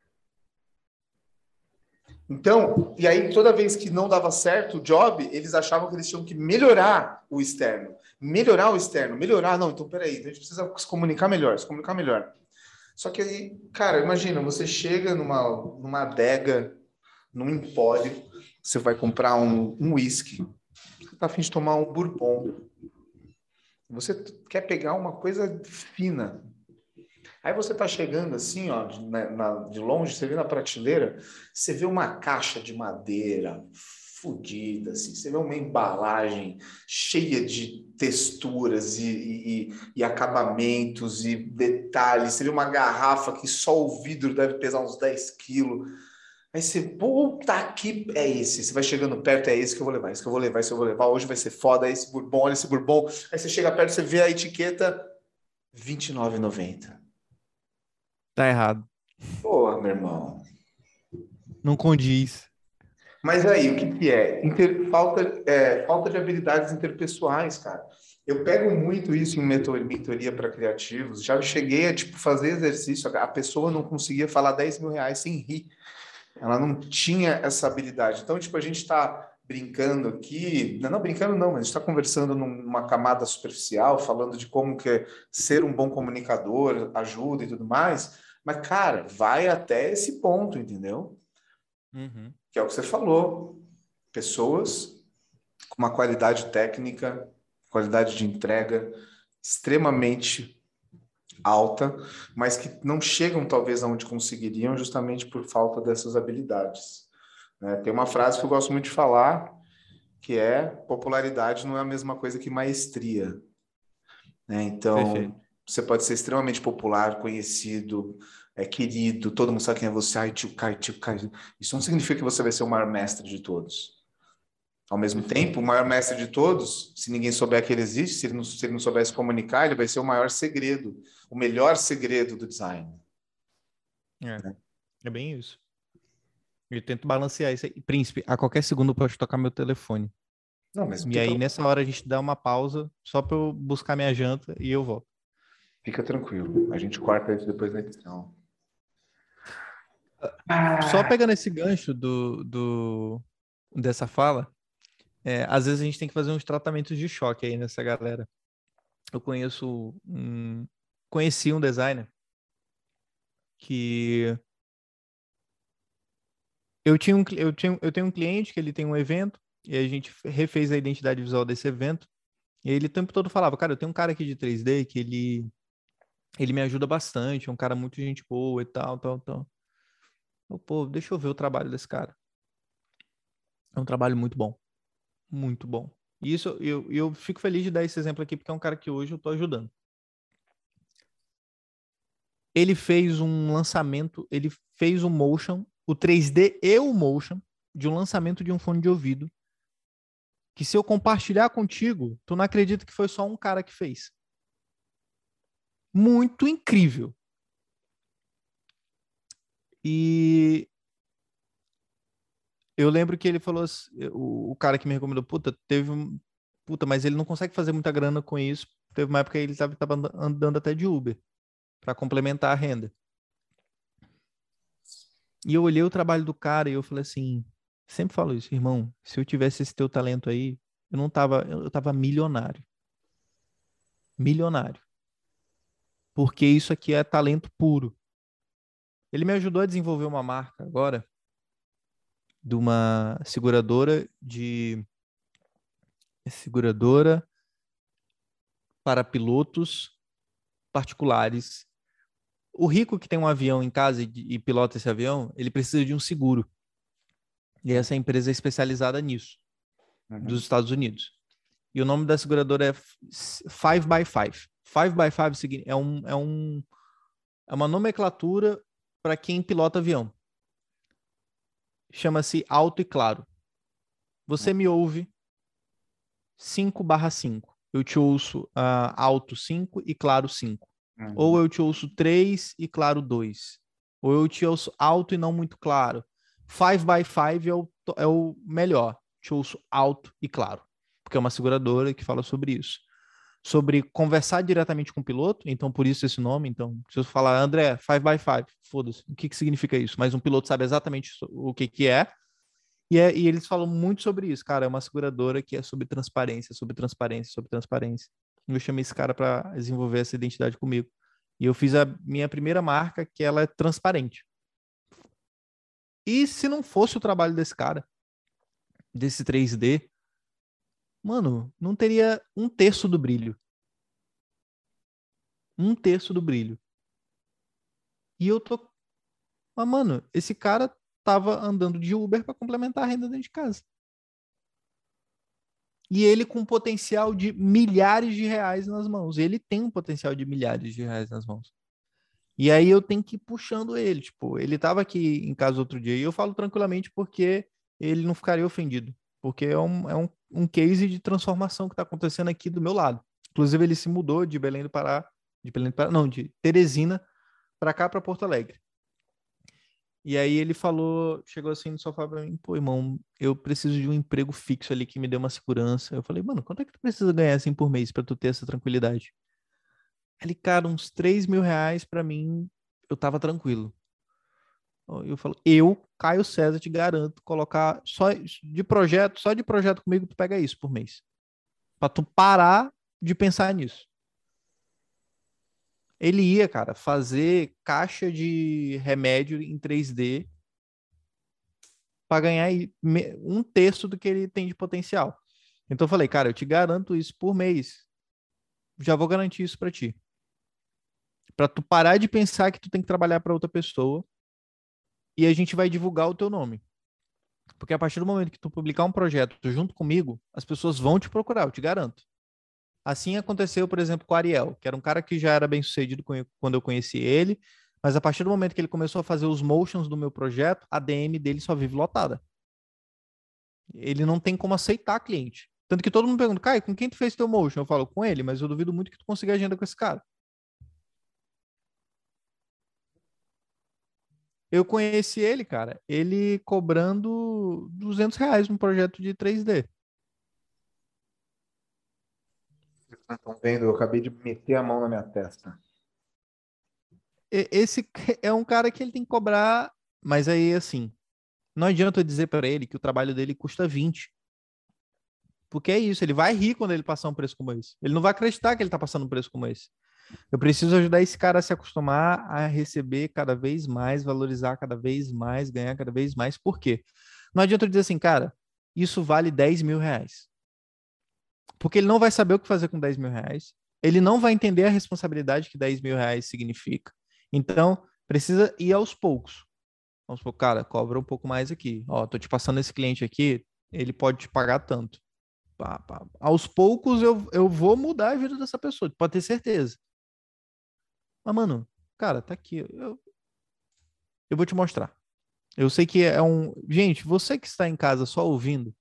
Então, e aí toda vez que não dava certo o job, eles achavam que eles tinham que melhorar o externo. Melhorar. Não, então peraí, a gente precisa se comunicar melhor, se comunicar melhor. Só que aí, cara, imagina, você chega numa adega, num empório, você vai comprar um whisky, você tá a fim de tomar um bourbon. Você quer pegar uma coisa fina. Aí você tá chegando assim, ó, de longe, você vê na prateleira, você vê uma caixa de madeira fodida, assim, você vê uma embalagem cheia de texturas e acabamentos e detalhes, você vê uma garrafa que só o vidro deve pesar uns 10 quilos. Aí você, puta que é esse. Você vai chegando perto, é esse que eu vou levar, esse que eu vou levar, esse que eu vou levar. Hoje vai ser foda, é esse bourbon, olha esse bourbon. Aí você chega perto, você vê a etiqueta R$ 29,90. Tá errado. Pô, meu irmão. Não condiz. Mas aí, o que é? Falta de habilidades interpessoais, cara. Eu pego muito isso em mentoria para criativos. Já cheguei a tipo, fazer exercício, a pessoa não conseguia falar R$ 10.000 sem rir. Ela não tinha essa habilidade. Então, tipo, a gente está brincando aqui, não brincando não, mas a gente está conversando numa camada superficial, falando de como que ser um bom comunicador ajuda e tudo mais. Mas, cara, vai até esse ponto, entendeu? Uhum. Que é o que você falou. Pessoas com uma qualidade técnica, qualidade de entrega extremamente alta, mas que não chegam talvez aonde conseguiriam justamente por falta dessas habilidades. Né? Tem uma frase que eu gosto muito de falar, que é: popularidade não é a mesma coisa que maestria. Né? Perfeito. Então, você pode ser extremamente popular, conhecido, querido, todo mundo sabe quem é você, ai, tio Kai, tio Kai. Isso não significa que você vai ser o maior mestre de todos. Ao mesmo Perfeito. tempo, o maior mestre de todos, se ninguém souber que ele existe, se ele não souber se comunicar, ele vai ser o maior segredo, o melhor segredo do design. É, Né? é bem isso. Eu tento balancear isso aí. Príncipe, a qualquer segundo pode tocar meu telefone. Não, mas E aí, nessa hora, a gente dá uma pausa só para eu buscar minha janta e eu volto. fica tranquilo. A gente corta isso depois da edição. Só Ah, pegando esse gancho dessa fala, às vezes a gente tem que fazer uns tratamentos de choque aí nessa galera. Eu conheci um designer que eu tenho um cliente que ele tem um evento e a gente refez a identidade visual desse evento. E ele o tempo todo falava, cara, eu tenho um cara aqui de 3D que ele me ajuda bastante, é um cara muito gente boa e tal, tal, tal. Pô, deixa eu ver o trabalho desse cara. É um trabalho muito bom, muito bom. E isso, eu fico feliz de dar esse exemplo aqui, porque é um cara que hoje eu tô ajudando. Ele fez um lançamento, ele fez um motion, o 3D e o motion, de um lançamento de um fone de ouvido, que se eu compartilhar contigo, tu não acredita que foi só um cara que fez. Muito incrível. E eu lembro que ele falou, o cara que me recomendou, puta, mas ele não consegue fazer muita grana com isso. Teve uma época que ele tava andando até de Uber para complementar a renda. E eu olhei o trabalho do cara e eu falei assim, sempre falo isso, irmão, se eu tivesse esse teu talento aí, eu tava milionário. Milionário. Porque isso aqui é talento puro. Ele me ajudou a desenvolver uma marca agora de uma seguradora para pilotos particulares. O rico que tem um avião em casa e pilota esse avião, ele precisa de um seguro. E essa empresa é especializada nisso, dos uhum. Estados Unidos. E o nome da seguradora é 5x5. 5x5 é uma nomenclatura para quem pilota avião. Chama-se Alto e Claro. Você me ouve 5/5. Eu te ouço alto 5 e claro 5. Ou eu te ouço 3 e claro 2. Ou eu te ouço alto e não muito claro. 5x5 é o melhor. Te ouço alto e claro. Porque é uma seguradora que fala sobre isso. Sobre conversar diretamente com o piloto, então por isso esse nome. Então, se eu falar, André, 5x5, foda-se, o que significa isso? Mas um piloto sabe exatamente o que é. E eles falam muito sobre isso, cara. É uma seguradora que é sobre transparência, sobre transparência, sobre transparência. Eu chamei esse cara para desenvolver essa identidade comigo. E eu fiz a minha primeira marca, que ela é transparente. E se não fosse o trabalho desse cara, desse 3D, mano, não teria um terço do brilho. Um terço do brilho. E eu tô... Mas, mano, esse cara tava andando de Uber para complementar a renda dentro de casa. E ele com potencial de milhares de reais nas mãos. Ele tem um potencial de milhares de reais nas mãos. E aí eu tenho que ir puxando ele. Tipo, ele estava aqui em casa outro dia e eu falo tranquilamente porque ele não ficaria ofendido. Porque é um case de transformação que está acontecendo aqui do meu lado. Inclusive, ele se mudou de Belém do Pará, de Teresina para cá, para Porto Alegre. E aí ele falou, chegou assim no sofá pra mim, pô, irmão, eu preciso de um emprego fixo ali que me dê uma segurança. Eu falei, mano, quanto é que tu precisa ganhar assim por mês pra tu ter essa tranquilidade? Ele, cara, uns 3 mil reais pra mim, eu tava tranquilo. Eu falo, Caio César, te garanto, colocar só de projeto comigo, tu pega isso por mês. Pra tu parar de pensar nisso. Ele ia, cara, fazer caixa de remédio em 3D para ganhar um terço do que ele tem de potencial. Então eu falei, cara, eu te garanto isso por mês. Já vou garantir isso para ti. Para tu parar de pensar que tu tem que trabalhar para outra pessoa e a gente vai divulgar o teu nome. Porque a partir do momento que tu publicar um projeto junto comigo, as pessoas vão te procurar, eu te garanto. Assim aconteceu, por exemplo, com o Ariel, que era um cara que já era bem sucedido quando eu conheci ele, mas a partir do momento que ele começou a fazer os motions do meu projeto, a DM dele só vive lotada. Ele não tem como aceitar cliente. Tanto que todo mundo pergunta, Caio, com quem tu fez teu motion? Eu falo, com ele, mas eu duvido muito que tu consiga agenda com esse cara. Eu conheci ele, cara, ele cobrando R$ 200 num projeto de 3D. Vocês estão vendo, eu acabei de meter a mão na minha testa. Esse é um cara que ele tem que cobrar, mas aí, assim, não adianta eu dizer para ele que o trabalho dele custa 20. Porque é isso, ele vai rir quando ele passar um preço como esse. Ele não vai acreditar que ele tá passando um preço como esse. Eu preciso ajudar esse cara a se acostumar a receber cada vez mais, valorizar cada vez mais, ganhar cada vez mais. Por quê? Não adianta eu dizer assim, cara, isso vale 10 mil reais. Porque ele não vai saber o que fazer com 10 mil reais. Ele não vai entender a responsabilidade que 10 mil reais significa. Então, precisa ir aos poucos. Vamos supor, cara, cobra um pouco mais aqui. Ó, tô te passando esse cliente aqui, ele pode te pagar tanto. Pá, pá. Aos poucos eu vou mudar a vida dessa pessoa, pode ter certeza. Mas, mano, cara, tá aqui. Eu vou te mostrar. Eu sei que é um. Gente, você que está em casa só ouvindo,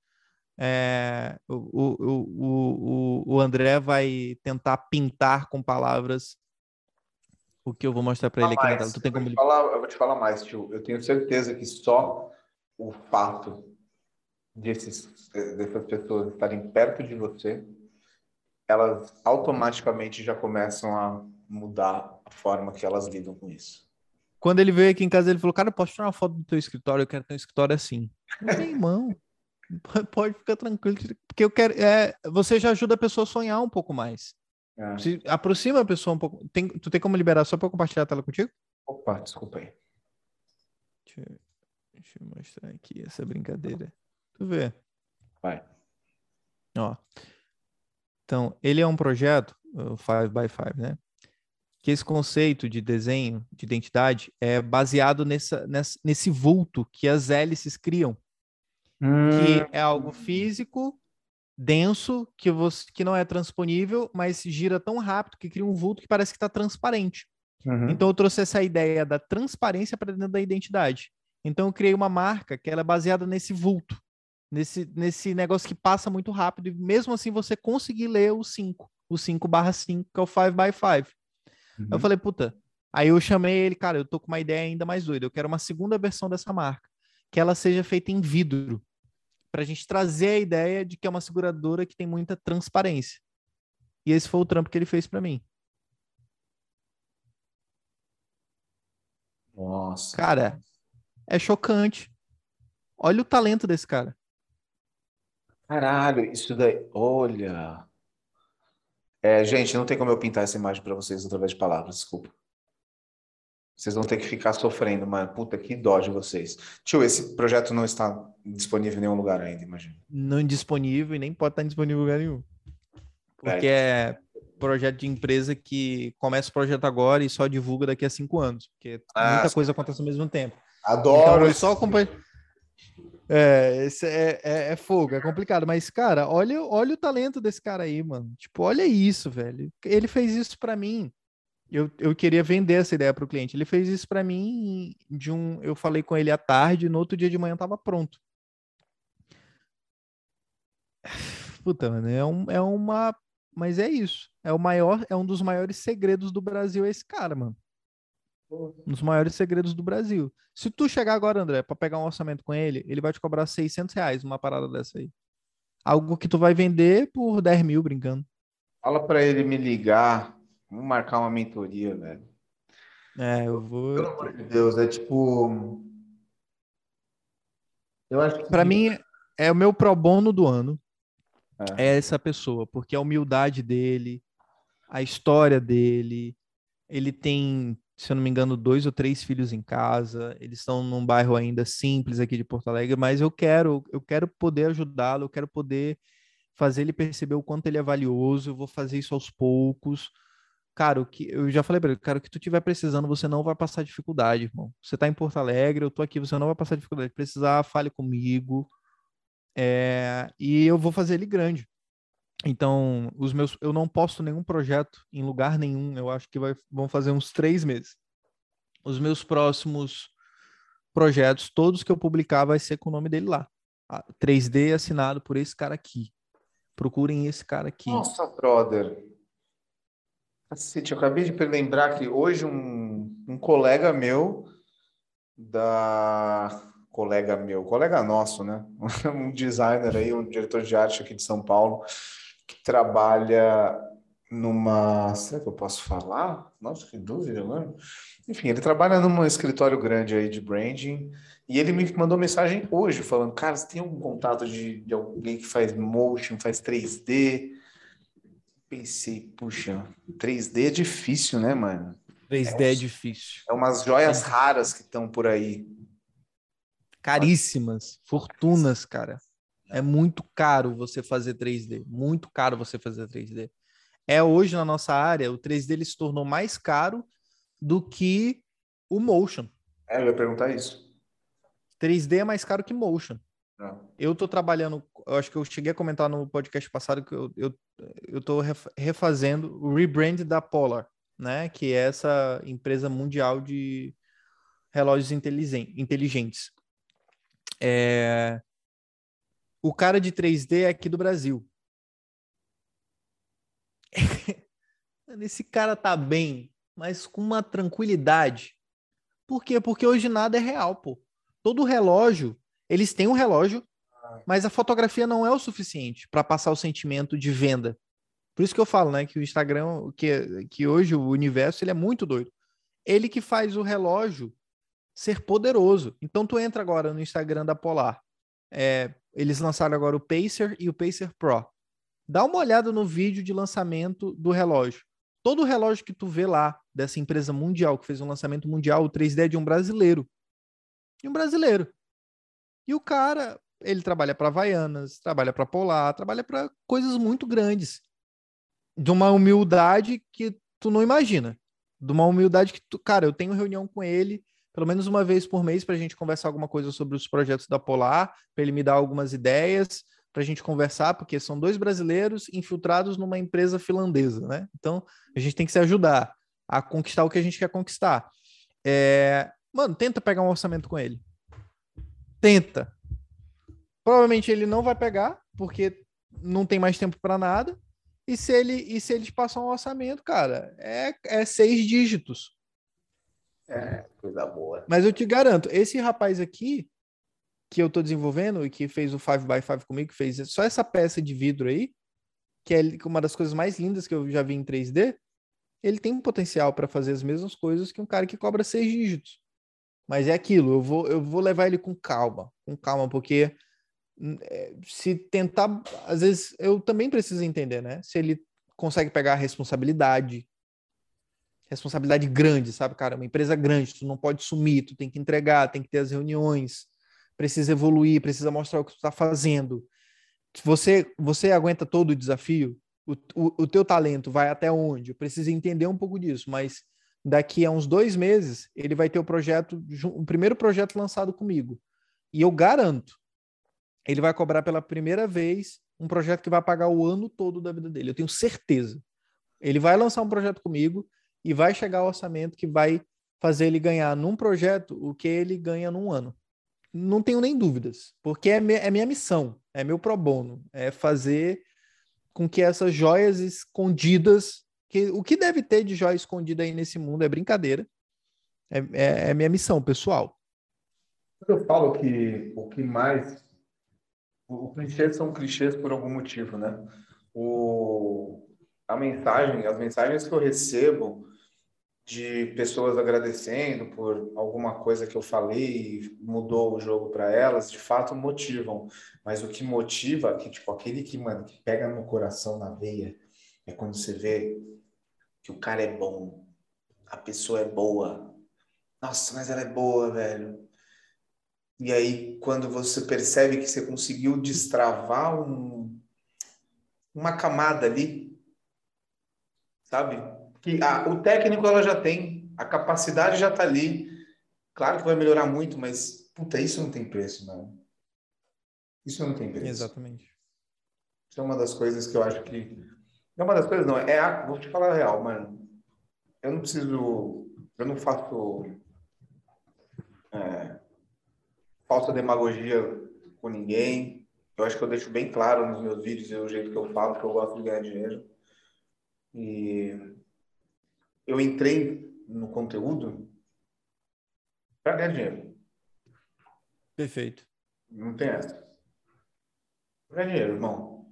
o André vai tentar pintar com palavras o que eu vou mostrar para ele aqui na tela. Tu tem como ele. Eu vou te falar mais, tio. Eu tenho certeza que só o fato dessas pessoas estarem perto de você, elas automaticamente já começam a mudar a forma que elas lidam com isso. Quando ele veio aqui em casa, ele falou: Cara, eu posso tirar uma foto do teu escritório? Eu quero ter um escritório assim. Meu irmão, pode ficar tranquilo, porque eu quero. Você já ajuda a pessoa a sonhar um pouco mais. Se aproxima a pessoa um pouco. Tu tem como liberar só para eu compartilhar a tela contigo? Opa, desculpa aí. Deixa eu mostrar aqui essa brincadeira. Tu vê. Vai. Ó. Então, ele é um projeto, o 5x5, né? Que esse conceito de desenho, de identidade, é baseado nesse vulto que as hélices criam. Que é algo físico, denso, que não é transponível, mas gira tão rápido que cria um vulto que parece que está transparente. Então eu trouxe essa ideia da transparência para dentro da identidade. Então eu criei uma marca que ela é baseada nesse vulto, nesse negócio que passa muito rápido, e mesmo assim você conseguir ler o 5/5, que é o 5x5. Aí eu falei, puta. Aí eu chamei ele, cara, eu tô com uma ideia ainda mais doida. Eu quero uma segunda versão dessa marca, que ela seja feita em vidro, pra gente trazer a ideia de que é uma seguradora que tem muita transparência. E esse foi o trampo que ele fez pra mim. Nossa. Cara, é chocante. Olha o talento desse cara. Caralho, isso daí. Olha. Gente, não tem como eu pintar essa imagem para vocês através de palavras, desculpa. Vocês vão ter que ficar sofrendo, mano. Puta, que dó de vocês. Tio, esse projeto não está disponível em nenhum lugar ainda, imagina. Não indisponível e nem pode estar disponível em lugar nenhum. Porque É. é projeto de empresa que começa o projeto agora e só divulga daqui a 5 anos. Porque Ah, muita coisa acontece ao mesmo tempo. Então adoro eu esse. só acompanho. Esse é fogo, é complicado. Mas, cara, olha o talento desse cara aí, mano. Tipo, olha isso, velho. Ele fez isso pra mim. Eu queria vender essa ideia pro cliente. Ele fez isso pra mim eu falei com ele à tarde, no outro dia de manhã tava pronto. Puta, mano, mas é isso. É um dos maiores segredos do Brasil esse cara, mano. Um dos maiores segredos do Brasil. Se tu chegar agora, André, pra pegar um orçamento com ele, ele vai te cobrar R$ 600 uma parada dessa aí. Algo que tu vai vender por 10 mil brincando. Fala para ele me ligar. Vamos marcar uma mentoria, velho. Eu vou. Pelo amor de Deus, é tipo. Eu acho Pra que. mim, é o meu pro bono do ano. É. É essa pessoa, porque a humildade dele, a história dele, ele tem, se eu não me engano, 2 ou 3 filhos em casa, eles estão num bairro ainda simples aqui de Porto Alegre, mas eu quero poder ajudá-lo, eu quero poder fazer ele perceber o quanto ele é valioso, eu vou fazer isso aos poucos. Cara, o que eu já falei para ele, cara, o que tu tiver precisando, você não vai passar dificuldade, irmão. Você tá em Porto Alegre, eu tô aqui, você não vai passar dificuldade. Precisar, fale comigo, e eu vou fazer ele grande. Então, eu não posto nenhum projeto em lugar nenhum. Eu acho que vão fazer uns 3 meses. Os meus próximos projetos, todos que eu publicar, vai ser com o nome dele lá. 3D assinado por esse cara aqui. Procurem esse cara aqui. Nossa, brother. Cacete, eu acabei de lembrar que hoje um colega meu colega nosso, né? Um designer aí, um diretor de arte aqui de São Paulo, que trabalha será que eu posso falar? Nossa, que dúvida, mano. Enfim, ele trabalha num escritório grande aí de branding e ele me mandou mensagem hoje falando, cara, você tem algum contato de alguém que faz motion, faz 3D? Pensei, puxa, 3D é difícil, né, mano? 3D é difícil. É umas É joias difícil. raras que estão por aí. Caríssimas, fortunas, cara. É muito caro você fazer 3D. Muito caro você fazer 3D. Hoje na nossa área, o 3D ele se tornou mais caro do que o motion. Eu ia perguntar isso. 3D é mais caro que motion. Não. Eu tô trabalhando, eu acho que eu cheguei a comentar no podcast passado que eu tô refazendo o rebrand da Polar, né? Que é essa empresa mundial de relógios inteligentes. O cara de 3D é aqui do Brasil. Esse cara tá bem, mas com uma tranquilidade. Por quê? Porque hoje nada é real, pô. Todo relógio, eles têm um relógio, mas a fotografia não é o suficiente para passar o sentimento de venda. Por isso que eu falo, né, que o Instagram, que hoje o universo, ele é muito doido. Ele que faz o relógio ser poderoso. Então tu entra agora no Instagram da Polar. Eles lançaram agora o Pacer e o Pacer Pro. Dá uma olhada no vídeo de lançamento do relógio. Todo relógio que tu vê lá, dessa empresa mundial, que fez um lançamento mundial, o 3D é de um brasileiro. De um brasileiro. E o cara, ele trabalha para Havaianas, trabalha para Polar, trabalha para coisas muito grandes. De uma humildade que tu não imagina. De uma humildade que tu... Cara, eu tenho reunião com ele pelo menos uma vez por mês para a gente conversar alguma coisa sobre os projetos da Polar, para ele me dar algumas ideias, para a gente conversar, porque são 2 brasileiros infiltrados numa empresa finlandesa, né? Então, a gente tem que se ajudar a conquistar o que a gente quer conquistar. Mano, tenta pegar um orçamento com ele. Tenta. Provavelmente ele não vai pegar, porque não tem mais tempo para nada. E se ele te passar um orçamento, cara, é 6 dígitos. Coisa boa. Mas eu te garanto, esse rapaz aqui, que eu tô desenvolvendo e que fez o 5x5 comigo, que fez só essa peça de vidro aí, que é uma das coisas mais lindas que eu já vi em 3D, ele tem um potencial para fazer as mesmas coisas que um cara que cobra 6 dígitos. Mas é aquilo, eu vou levar ele com calma, porque se tentar, às vezes eu também preciso entender, né? Se ele consegue pegar a responsabilidade grande, sabe, cara? Uma empresa grande, tu não pode sumir, tu tem que entregar, tem que ter as reuniões, precisa evoluir, precisa mostrar o que tu tá fazendo. Você aguenta todo o desafio? O teu talento vai até onde? Eu preciso entender um pouco disso, mas daqui a uns 2 meses ele vai ter o primeiro projeto lançado comigo. E eu garanto, ele vai cobrar pela primeira vez um projeto que vai pagar o ano todo da vida dele. Eu tenho certeza. Ele vai lançar um projeto comigo e vai chegar ao orçamento que vai fazer ele ganhar num projeto o que ele ganha num ano. Não tenho nem dúvidas, porque é minha missão, é meu pro bono, é fazer com que essas joias escondidas, o que deve ter de joia escondida aí nesse mundo é brincadeira, é minha missão pessoal. Eu falo que o que mais... Os clichês são clichês por algum motivo, né? As mensagens que eu recebo de pessoas agradecendo por alguma coisa que eu falei e mudou o jogo para elas, de fato motivam. Mas o que motiva, que tipo aquele que, mano, que pega no coração, na veia, é quando você vê que o cara é bom, a pessoa é boa. Nossa, mas ela é boa, velho. E aí, quando você percebe que você conseguiu destravar uma camada ali, sabe? Que o técnico ela já tem, a capacidade já está ali. Claro que vai melhorar muito, mas puta, isso não tem preço, não. Isso não tem preço. Exatamente. Isso é uma das coisas que eu acho que não é uma das coisas, não. Vou te falar a real, mano. Eu não preciso, eu não faço falsa demagogia com ninguém. Eu acho que eu deixo bem claro nos meus vídeos o jeito que eu falo, que eu gosto de ganhar dinheiro. E eu entrei no conteúdo para ganhar dinheiro. Perfeito. Não tem essa. Pra ganhar dinheiro, irmão.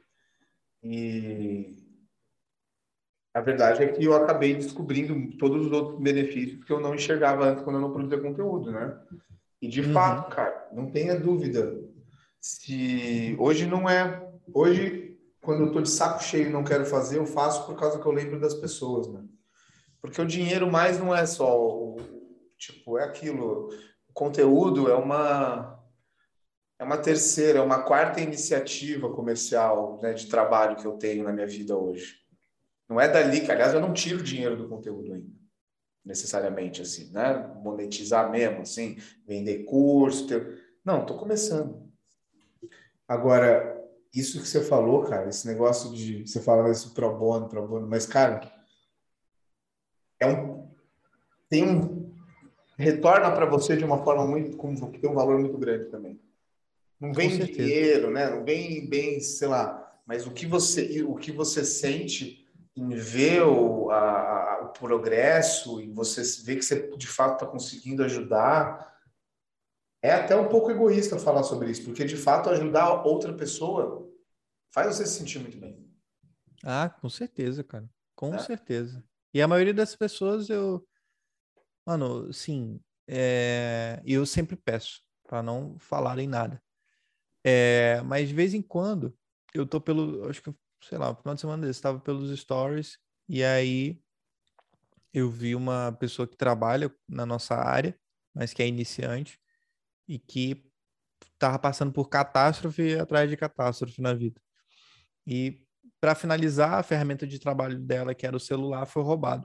E a verdade é que eu acabei descobrindo todos os outros benefícios que eu não enxergava antes quando eu não produzia conteúdo, né? E de Uhum. fato, cara, não tenha dúvida. Se hoje não é. Hoje, quando eu tô de saco cheio e não quero fazer, eu faço por causa que eu lembro das pessoas, né? Porque o dinheiro mais não é só tipo, é aquilo. O conteúdo é uma terceira, é uma quarta iniciativa comercial, né, de trabalho que eu tenho na minha vida hoje. Não é dali que, aliás, eu não tiro dinheiro do conteúdo ainda, necessariamente, assim, né? Monetizar mesmo, assim, vender curso. Não, estou começando. Agora, isso que você falou, cara, esse negócio de... Você fala isso pro bono, mas, cara, é um, tem um... Retorna para você de uma forma muito... que tem um valor muito grande também. Não Com vem certeza. dinheiro, né? Não vem bem, sei lá, mas o que você sente em ver o progresso e você ver que você de fato está conseguindo ajudar, é até um pouco egoísta falar sobre isso, porque de fato ajudar outra pessoa faz você se sentir muito bem. Ah, com certeza, cara. Com Né? certeza. E a maioria das pessoas mano, sim, eu sempre peço para não falarem nada. Mas de vez em quando eu tô acho que, sei lá, no final de semana desse, estava pelos stories e aí eu vi uma pessoa que trabalha na nossa área, mas que é iniciante e que tava passando por catástrofe atrás de catástrofe na vida. E para finalizar, a ferramenta de trabalho dela, que era o celular, foi roubado.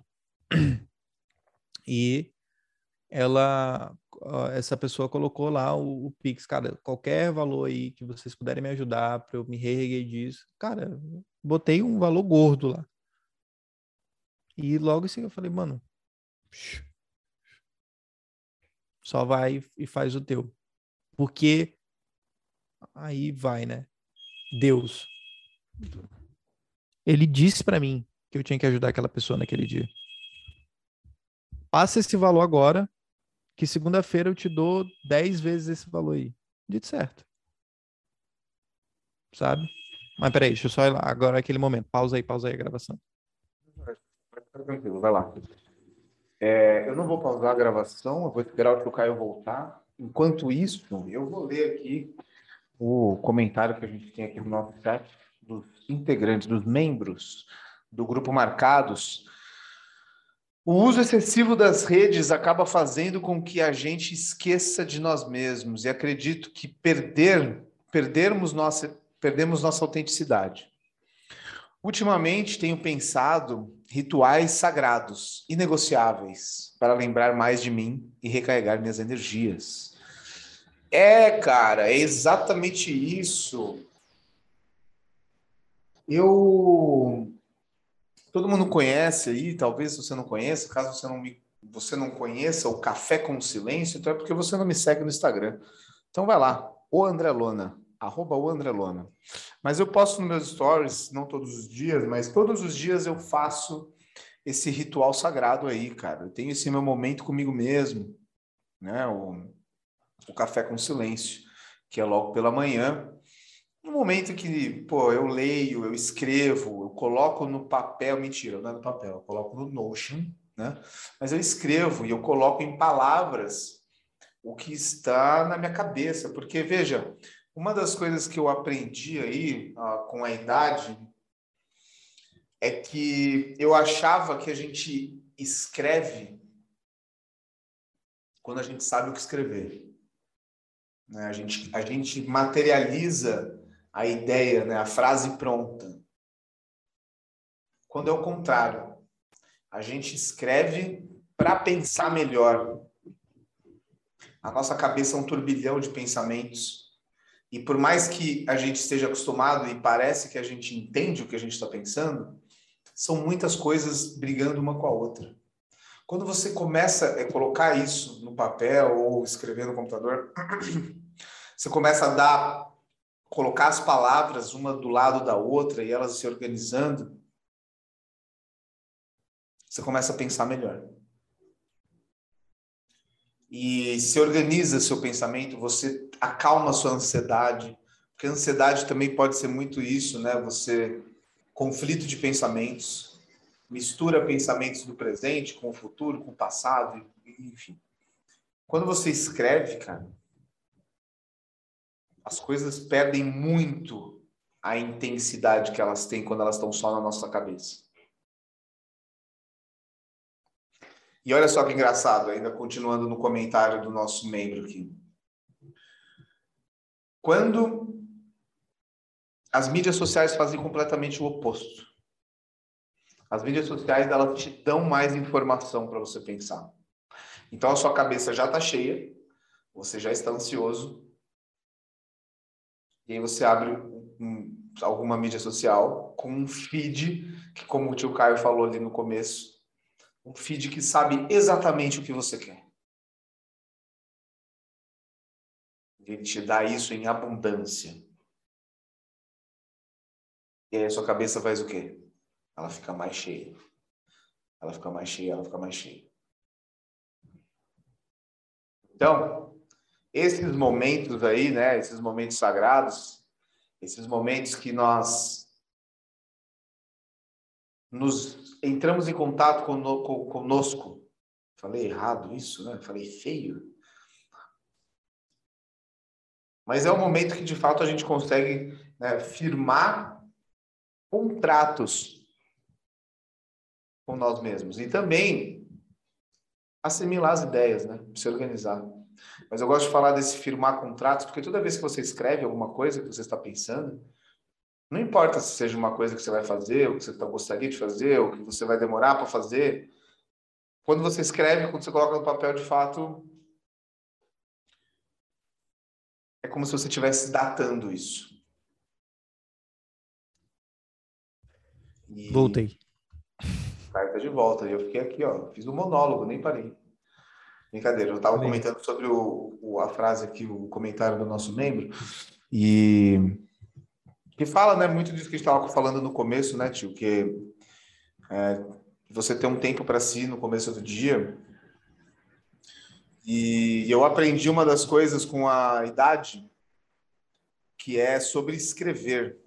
E essa pessoa colocou lá o Pix, cara, qualquer valor aí que vocês puderem me ajudar para eu me reerguer disso. Cara, botei um valor gordo lá. E logo assim eu falei, mano, só vai e faz o teu. Porque aí vai, né? Deus. Ele disse para mim que eu tinha que ajudar aquela pessoa naquele dia. Passa esse valor agora, que segunda-feira eu te dou 10 vezes esse valor aí. Dito certo, sabe? Mas peraí, deixa eu só ir lá. Agora é aquele momento. Pausa aí a gravação. Tranquilo, vai lá. Eu não vou pausar a gravação, eu vou esperar o Caio voltar. Enquanto isso, eu vou ler aqui o comentário que a gente tem aqui no nosso chat dos integrantes, dos membros do grupo Marcados. O uso excessivo das redes acaba fazendo com que a gente esqueça de nós mesmos e acredito que perdemos nossa autenticidade. Ultimamente tenho pensado rituais sagrados, inegociáveis, para lembrar mais de mim e recarregar minhas energias. Cara, é exatamente isso. Todo mundo conhece aí, talvez você não conheça, caso você não conheça o Café com Silêncio, então é porque você não me segue no Instagram. Então vai lá, o André Lona, @o André Lona. Mas eu posto nos meus stories, não todos os dias, mas todos os dias eu faço esse ritual sagrado aí, cara. Eu tenho esse meu momento comigo mesmo, né? O Café com Silêncio, que é logo pela manhã. No momento que, pô, eu leio, eu escrevo, eu coloco no papel, mentira, não é no papel, eu coloco no Notion, né? Mas eu escrevo e eu coloco em palavras o que está na minha cabeça, porque, veja, uma das coisas que eu aprendi aí, com a idade, é que eu achava que a gente escreve quando a gente sabe o que escrever, né? A gente materializa a ideia, né? A frase pronta. Quando é o contrário, a gente escreve para pensar melhor. A nossa cabeça é um turbilhão de pensamentos. E por mais que a gente esteja acostumado e parece que a gente entende o que a gente está pensando, são muitas coisas brigando uma com a outra. Quando você começa a colocar isso no papel ou escrever no computador, você começa colocar as palavras uma do lado da outra e elas se organizando, você começa a pensar melhor. E se organiza seu pensamento, você acalma sua ansiedade, porque a ansiedade também pode ser muito isso, né? Conflito de pensamentos, mistura pensamentos do presente com o futuro, com o passado, enfim. Quando você escreve, cara, as coisas perdem muito a intensidade que elas têm quando elas estão só na nossa cabeça. E olha só que engraçado, ainda continuando no comentário do nosso membro aqui. Quando as mídias sociais fazem completamente o oposto. As mídias sociais, elas te dão mais informação para você pensar. Então, a sua cabeça já está cheia, você já está ansioso, e aí você abre alguma mídia social com um feed, que como o tio Caio falou ali no começo, um feed que sabe exatamente o que você quer. Ele te dá isso em abundância. E aí a sua cabeça faz o quê? Ela fica mais cheia. Ela fica mais cheia, ela fica mais cheia. Então, esses momentos aí, né? Esses momentos sagrados, esses momentos que nós nos entramos em contato conosco. Falei errado isso, né? Falei feio. Mas é um momento que, de fato, a gente consegue, né, firmar contratos com nós mesmos. E também assimilar as ideias, né? Se organizar. Mas eu gosto de falar desse firmar contratos, porque toda vez que você escreve alguma coisa que você está pensando, não importa se seja uma coisa que você vai fazer, ou que você gostaria de fazer, ou que você vai demorar para fazer, quando você escreve, quando você coloca no papel, de fato, é como se você estivesse datando isso. E Voltei. o cara tá de volta. E eu fiquei aqui, ó, fiz um monólogo, nem parei. Brincadeira, eu estava Beleza. comentando sobre a frase aqui, o comentário do nosso membro, e Que fala, né, muito disso que a gente estava falando no começo, né, tio, que você tem um tempo para si no começo do dia. E eu aprendi uma das coisas com a idade, que é sobre escrever.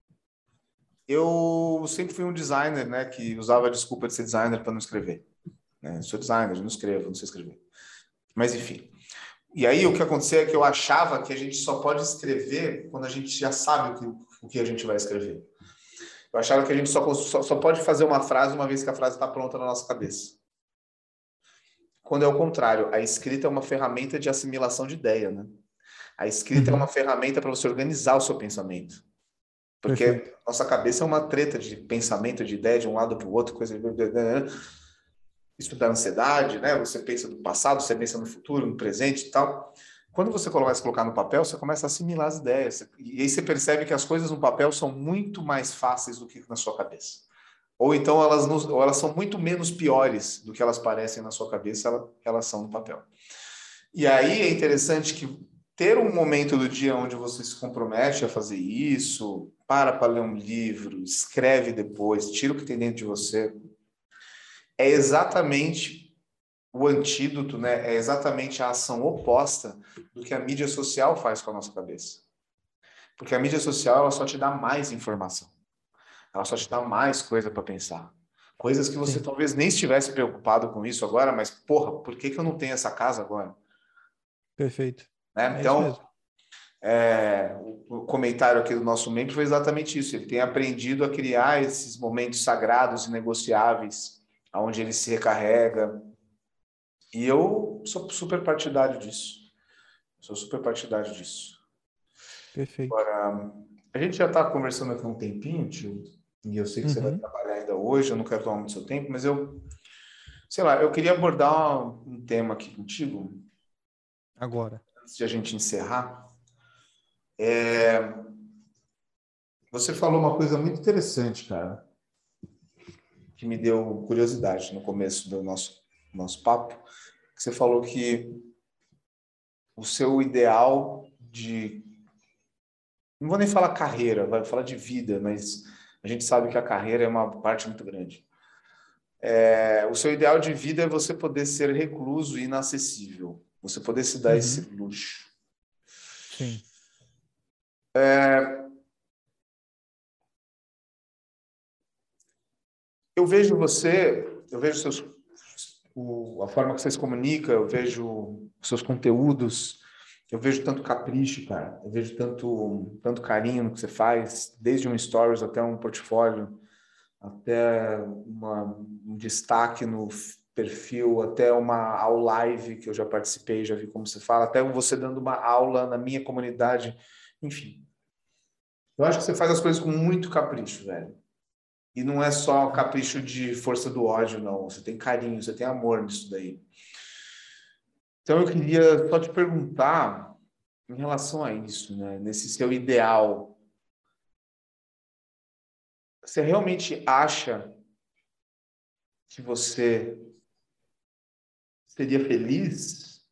Eu sempre fui um designer, né, que usava a desculpa de ser designer para não escrever. Né? Sou designer, não escrevo, não sei escrever. Mas enfim. E aí o que aconteceu é que eu achava que a gente só pode escrever quando a gente já sabe o que a gente vai escrever. Eu achava que a gente só pode fazer uma frase uma vez que a frase está pronta na nossa cabeça. Quando é o contrário, a escrita é uma ferramenta de assimilação de ideia, né? A escrita é uma ferramenta para você organizar o seu pensamento. Porque Perfeito. nossa cabeça é uma treta de pensamento, de ideia, de um lado para o outro, coisa. Isso dá ansiedade, né? Você pensa no passado, você pensa no futuro, no presente e tal. Quando você começa a colocar no papel, você começa a assimilar as ideias. E aí você percebe que as coisas no papel são muito mais fáceis do que na sua cabeça. Ou então ou elas são muito menos piores do que elas parecem na sua cabeça, elas são no papel. E aí é interessante que ter um momento do dia onde você se compromete a fazer isso, para ler um livro, escreve depois, tira o que tem dentro de você, é exatamente o antídoto, né? É exatamente a ação oposta do que a mídia social faz com a nossa cabeça. Porque a mídia social, ela só te dá mais informação. Ela só te dá mais coisa para pensar. Coisas que você Sim, talvez nem estivesse preocupado com isso agora, mas, porra, por que eu não tenho essa casa agora? perfeito. Né? É isso Então, mesmo. o comentário aqui do nosso membro foi exatamente isso. Ele tem aprendido a criar esses momentos sagrados e negociáveis, onde ele se recarrega. E eu sou super partidário disso. Sou super partidário disso. Perfeito. Agora, a gente já está conversando aqui há um tempinho, tio, e eu sei que você vai Uhum. trabalhar ainda hoje, eu não quero tomar muito seu tempo, mas sei lá, eu queria abordar um tema aqui contigo, Agora. antes de a gente encerrar. Você falou uma coisa muito interessante, cara, que me deu curiosidade no começo do nosso papo, que você falou que o seu ideal de, não vou nem falar carreira, vai falar de vida, mas a gente sabe que a carreira é uma parte muito grande. O seu ideal de vida é você poder ser recluso e inacessível, você poder se dar esse Uhum. luxo. Sim. Eu vejo você, eu vejo a forma que você se comunica, eu vejo seus conteúdos, eu vejo tanto capricho, cara, eu vejo tanto carinho no que você faz, desde um stories até um portfólio, até um destaque no perfil, até uma aula live que eu já participei, já vi como você fala, até você dando uma aula na minha comunidade, enfim. Eu acho que você faz as coisas com muito capricho, velho. E não é só capricho de força do ódio, não. Você tem carinho, você tem amor nisso daí. Então eu queria só te perguntar em relação a isso, né? Nesse seu ideal, você realmente acha que você seria feliz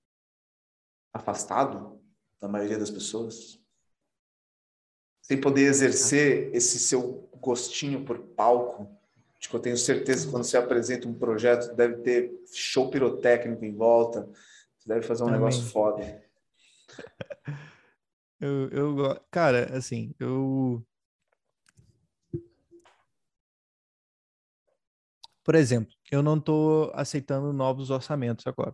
afastado da maioria das pessoas? Sem poder exercer esse seu gostinho por palco? Acho que eu tenho certeza que quando você apresenta um projeto, deve ter show pirotécnico em volta, você deve fazer um negócio Amém. foda. Cara, assim, por exemplo, eu não estou aceitando novos orçamentos agora.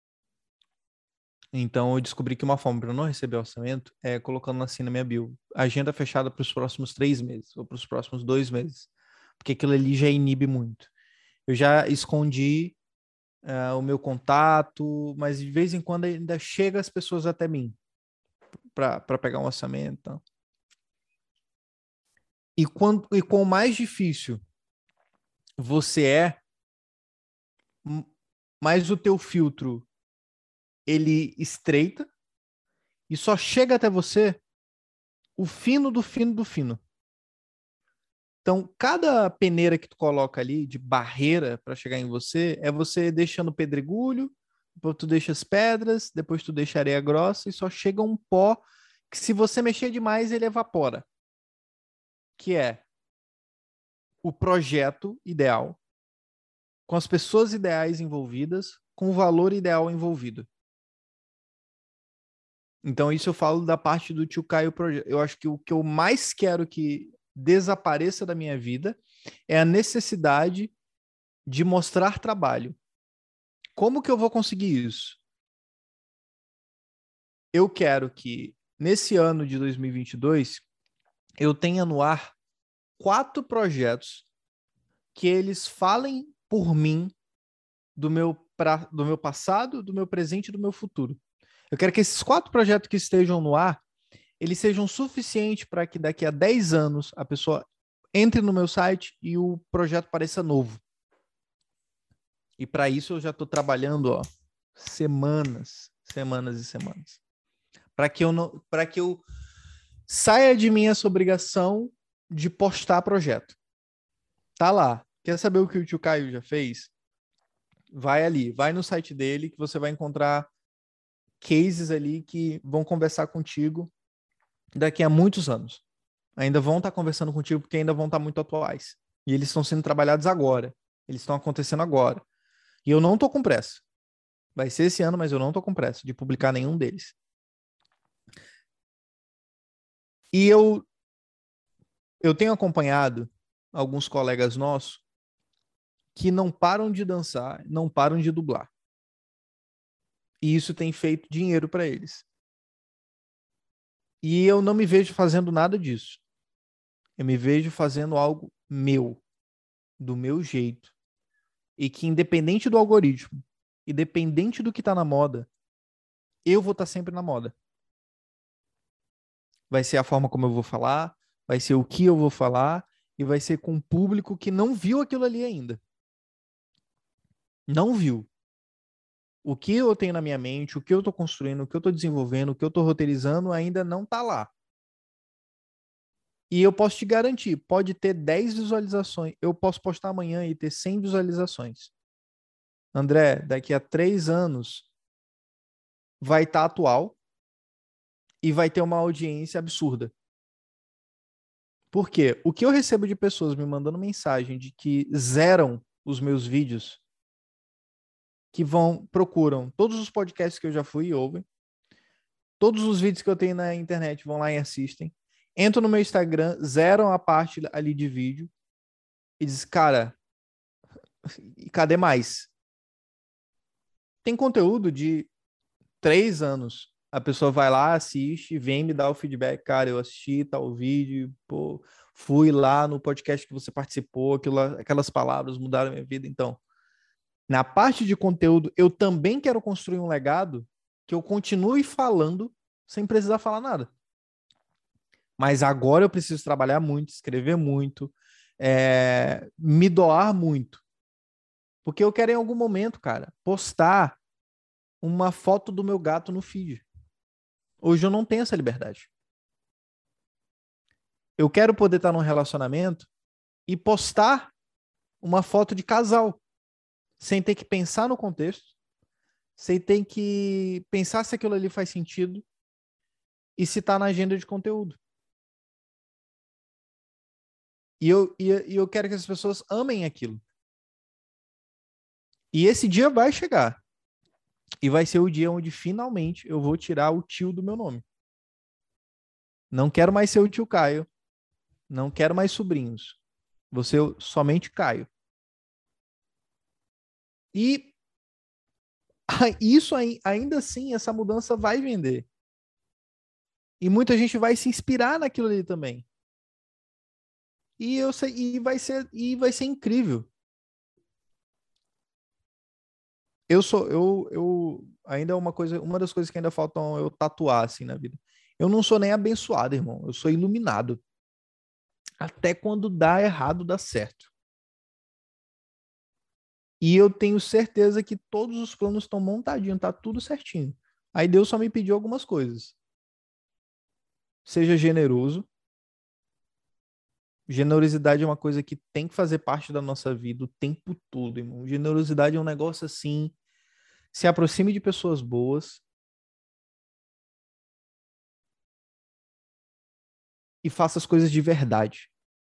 Então, eu descobri que uma forma para eu não receber orçamento é colocando assim na minha bio, agenda fechada para os próximos 3 meses ou para os próximos 2 meses, porque aquilo ali já inibe muito. Eu já escondi o meu contato, mas de vez em quando ainda chega as pessoas até mim para pegar um orçamento. Então. E quanto mais difícil você mais o teu filtro ele estreita e só chega até você o fino do fino do fino. Então, cada peneira que tu coloca ali de barreira para chegar em você é você deixando pedregulho, depois tu deixa as pedras, depois tu deixa areia grossa e só chega um pó que se você mexer demais ele evapora. que é o projeto ideal, com as pessoas ideais envolvidas, com o valor ideal envolvido. Então, isso eu falo da parte do Tio Caio Projeto. Eu acho que o que eu mais quero que desapareça da minha vida é a necessidade de mostrar trabalho. Como que eu vou conseguir isso? Eu quero que, nesse ano de 2022, eu tenha no ar 4 projetos que eles falem por mim do meu passado, do meu presente e do meu futuro. Eu quero que esses 4 projetos que estejam no ar, eles sejam suficientes para que daqui a 10 anos a pessoa entre no meu site e o projeto pareça novo. E para isso eu já estou trabalhando, semanas e semanas. Para que eu saia de mim essa obrigação de postar projeto. Tá lá. Quer saber o que o tio Caio já fez? Vai ali, vai no site dele que você vai encontrar cases ali que vão conversar contigo daqui a muitos anos. Ainda vão estar conversando contigo porque ainda vão estar muito atuais. E eles estão sendo trabalhados agora. Eles estão acontecendo agora. E eu não estou com pressa. Vai ser esse ano, mas eu não estou com pressa de publicar nenhum deles. E eu tenho acompanhado alguns colegas nossos que não param de dançar, não param de dublar. E isso tem feito dinheiro para eles. E eu não me vejo fazendo nada disso. Eu me vejo fazendo algo meu, do meu jeito. E que independente do algoritmo, independente do que está na moda, eu vou estar sempre na moda. Vai ser a forma como eu vou falar, vai ser o que eu vou falar, e vai ser com um público que não viu aquilo ali ainda. Não viu. O que eu tenho na minha mente, o que eu estou construindo, o que eu estou desenvolvendo, o que eu estou roteirizando ainda não está lá. E eu posso te garantir, pode ter 10 visualizações. Eu posso postar amanhã e ter 100 visualizações. André, daqui a 3 anos vai estar atual e vai ter uma audiência absurda. Por quê? O que eu recebo de pessoas me mandando mensagem de que zeram os meus vídeos, que procuram todos os podcasts que eu já fui e ouvem, todos os vídeos que eu tenho na internet, vão lá e assistem, entram no meu Instagram, zeram a parte ali de vídeo e diz, cara, cadê mais? Tem conteúdo de 3 anos. A pessoa vai lá, assiste, vem me dar o feedback. Cara, eu assisti tal vídeo, pô, fui lá no podcast que você participou, aquelas palavras mudaram a minha vida. Então, na parte de conteúdo, eu também quero construir um legado que eu continue falando sem precisar falar nada. Mas agora eu preciso trabalhar muito, escrever muito, me doar muito. Porque eu quero em algum momento, cara, postar uma foto do meu gato no feed. Hoje eu não tenho essa liberdade. Eu quero poder estar num relacionamento e postar uma foto de casal, sem ter que pensar no contexto, sem ter que pensar se aquilo ali faz sentido e se está na agenda de conteúdo. E eu quero que as pessoas amem aquilo. E esse dia vai chegar. E vai ser o dia onde finalmente eu vou tirar o tio do meu nome. Não quero mais ser o tio Caio. Não quero mais sobrinhos. Vou ser somente Caio. E isso ainda assim, essa mudança vai vender. E muita gente vai se inspirar naquilo ali também. E vai ser incrível. Eu ainda é uma das coisas que ainda faltam eu tatuar assim na vida. Eu não sou nem abençoado, irmão. Eu sou iluminado. Até quando dá errado, dá certo. E eu tenho certeza que todos os planos estão montadinhos, tá tudo certinho. Aí Deus só me pediu algumas coisas. Seja generoso. Generosidade é uma coisa que tem que fazer parte da nossa vida o tempo todo, irmão. Generosidade é um negócio assim. Se aproxime de pessoas boas e faça as coisas de verdade.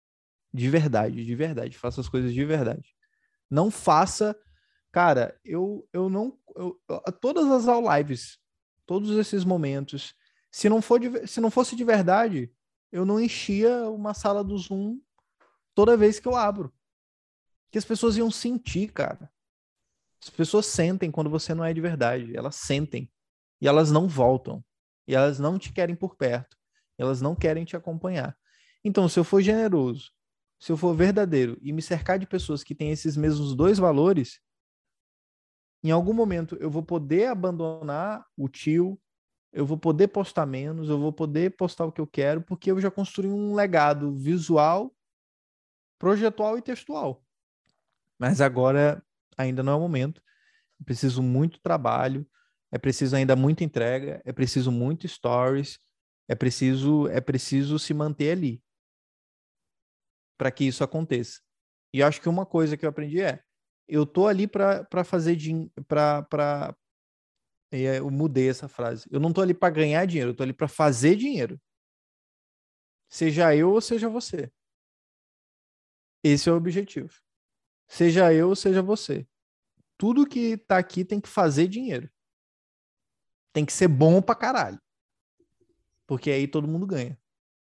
De verdade, de verdade. Faça as coisas de verdade. Não faça... Cara, eu não... todas as all lives, todos esses momentos, se não fosse de verdade, eu não enchia uma sala do Zoom toda vez que eu abro. Que as pessoas iam sentir, cara. As pessoas sentem quando você não é de verdade. Elas sentem. E elas não voltam. E elas não te querem por perto. Elas não querem te acompanhar. Então, se eu for generoso, se eu for verdadeiro e me cercar de pessoas que têm esses mesmos dois valores, em algum momento eu vou poder abandonar o tio, eu vou poder postar menos, eu vou poder postar o que eu quero, porque eu já construí um legado visual, projetual e textual. Mas agora ainda não é o momento. É preciso muito trabalho, é preciso ainda muita entrega, é preciso muito stories, é preciso se manter ali para que isso aconteça. E eu acho que uma coisa que eu aprendi eu tô ali para fazer para eu mudei essa frase. Eu não tô ali para ganhar dinheiro, eu tô ali para fazer dinheiro. Seja eu ou seja você. Esse é o objetivo. Seja eu ou seja você. Tudo que tá aqui tem que fazer dinheiro. Tem que ser bom pra caralho. Porque aí todo mundo ganha.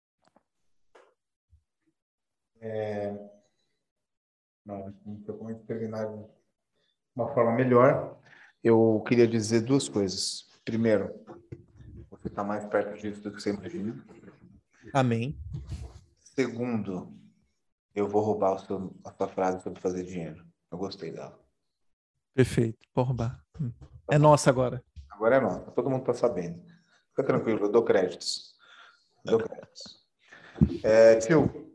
Não, como terminar de uma forma melhor, eu queria dizer duas coisas. Primeiro, você está mais perto disso do que você imagina. Amém. Segundo, eu vou roubar a sua frase sobre fazer dinheiro. Eu gostei dela. Perfeito. Pode roubar. Tá É bom. nossa agora. Agora é nossa. Todo mundo está sabendo. Fica tranquilo, eu dou créditos. Dou créditos. Tio,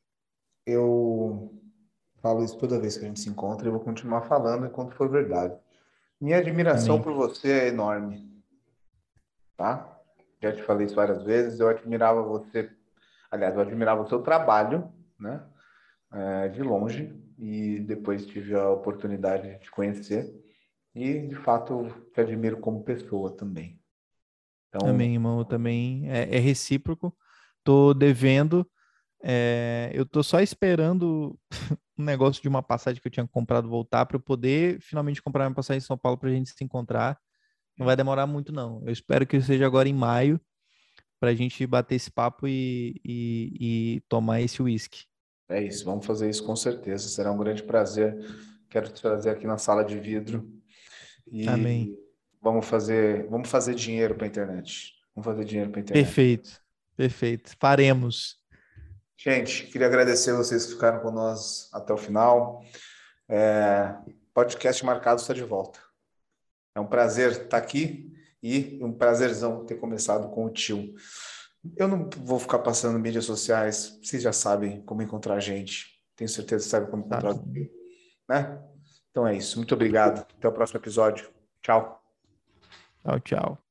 eu falo isso toda vez que a gente se encontra e eu vou continuar falando enquanto for verdade. Minha admiração Amém. por você é enorme, tá? Já te falei isso várias vezes. Eu admirava você, aliás, eu admirava o seu trabalho, né? De longe, e depois tive a oportunidade de te conhecer. E, de fato, te admiro como pessoa também. Então, Amém, irmão. Eu também é recíproco. Tô devendo. Eu tô só esperando um negócio de uma passagem que eu tinha comprado voltar para eu poder finalmente comprar uma passagem em São Paulo para a gente se encontrar. Não vai demorar muito, não. Eu espero que seja agora em maio para a gente bater esse papo e tomar esse uísque. é isso. Vamos fazer isso com certeza. Será um grande prazer. Quero te trazer aqui na sala de vidro Amém. e vamos fazer dinheiro para a internet. Vamos fazer dinheiro para a internet. Perfeito. Perfeito. Faremos. Gente, queria agradecer vocês que ficaram com nós até o final. Podcast Marcado está de volta. É um prazer estar aqui e um prazerzão ter começado com o tio. Eu não vou ficar passando mídias sociais, vocês já sabem como encontrar a gente. Tenho certeza que sabem como Tá encontrar o bom. tio, né? Então é isso. Muito obrigado. Até o próximo episódio. Tchau. Tchau, tchau.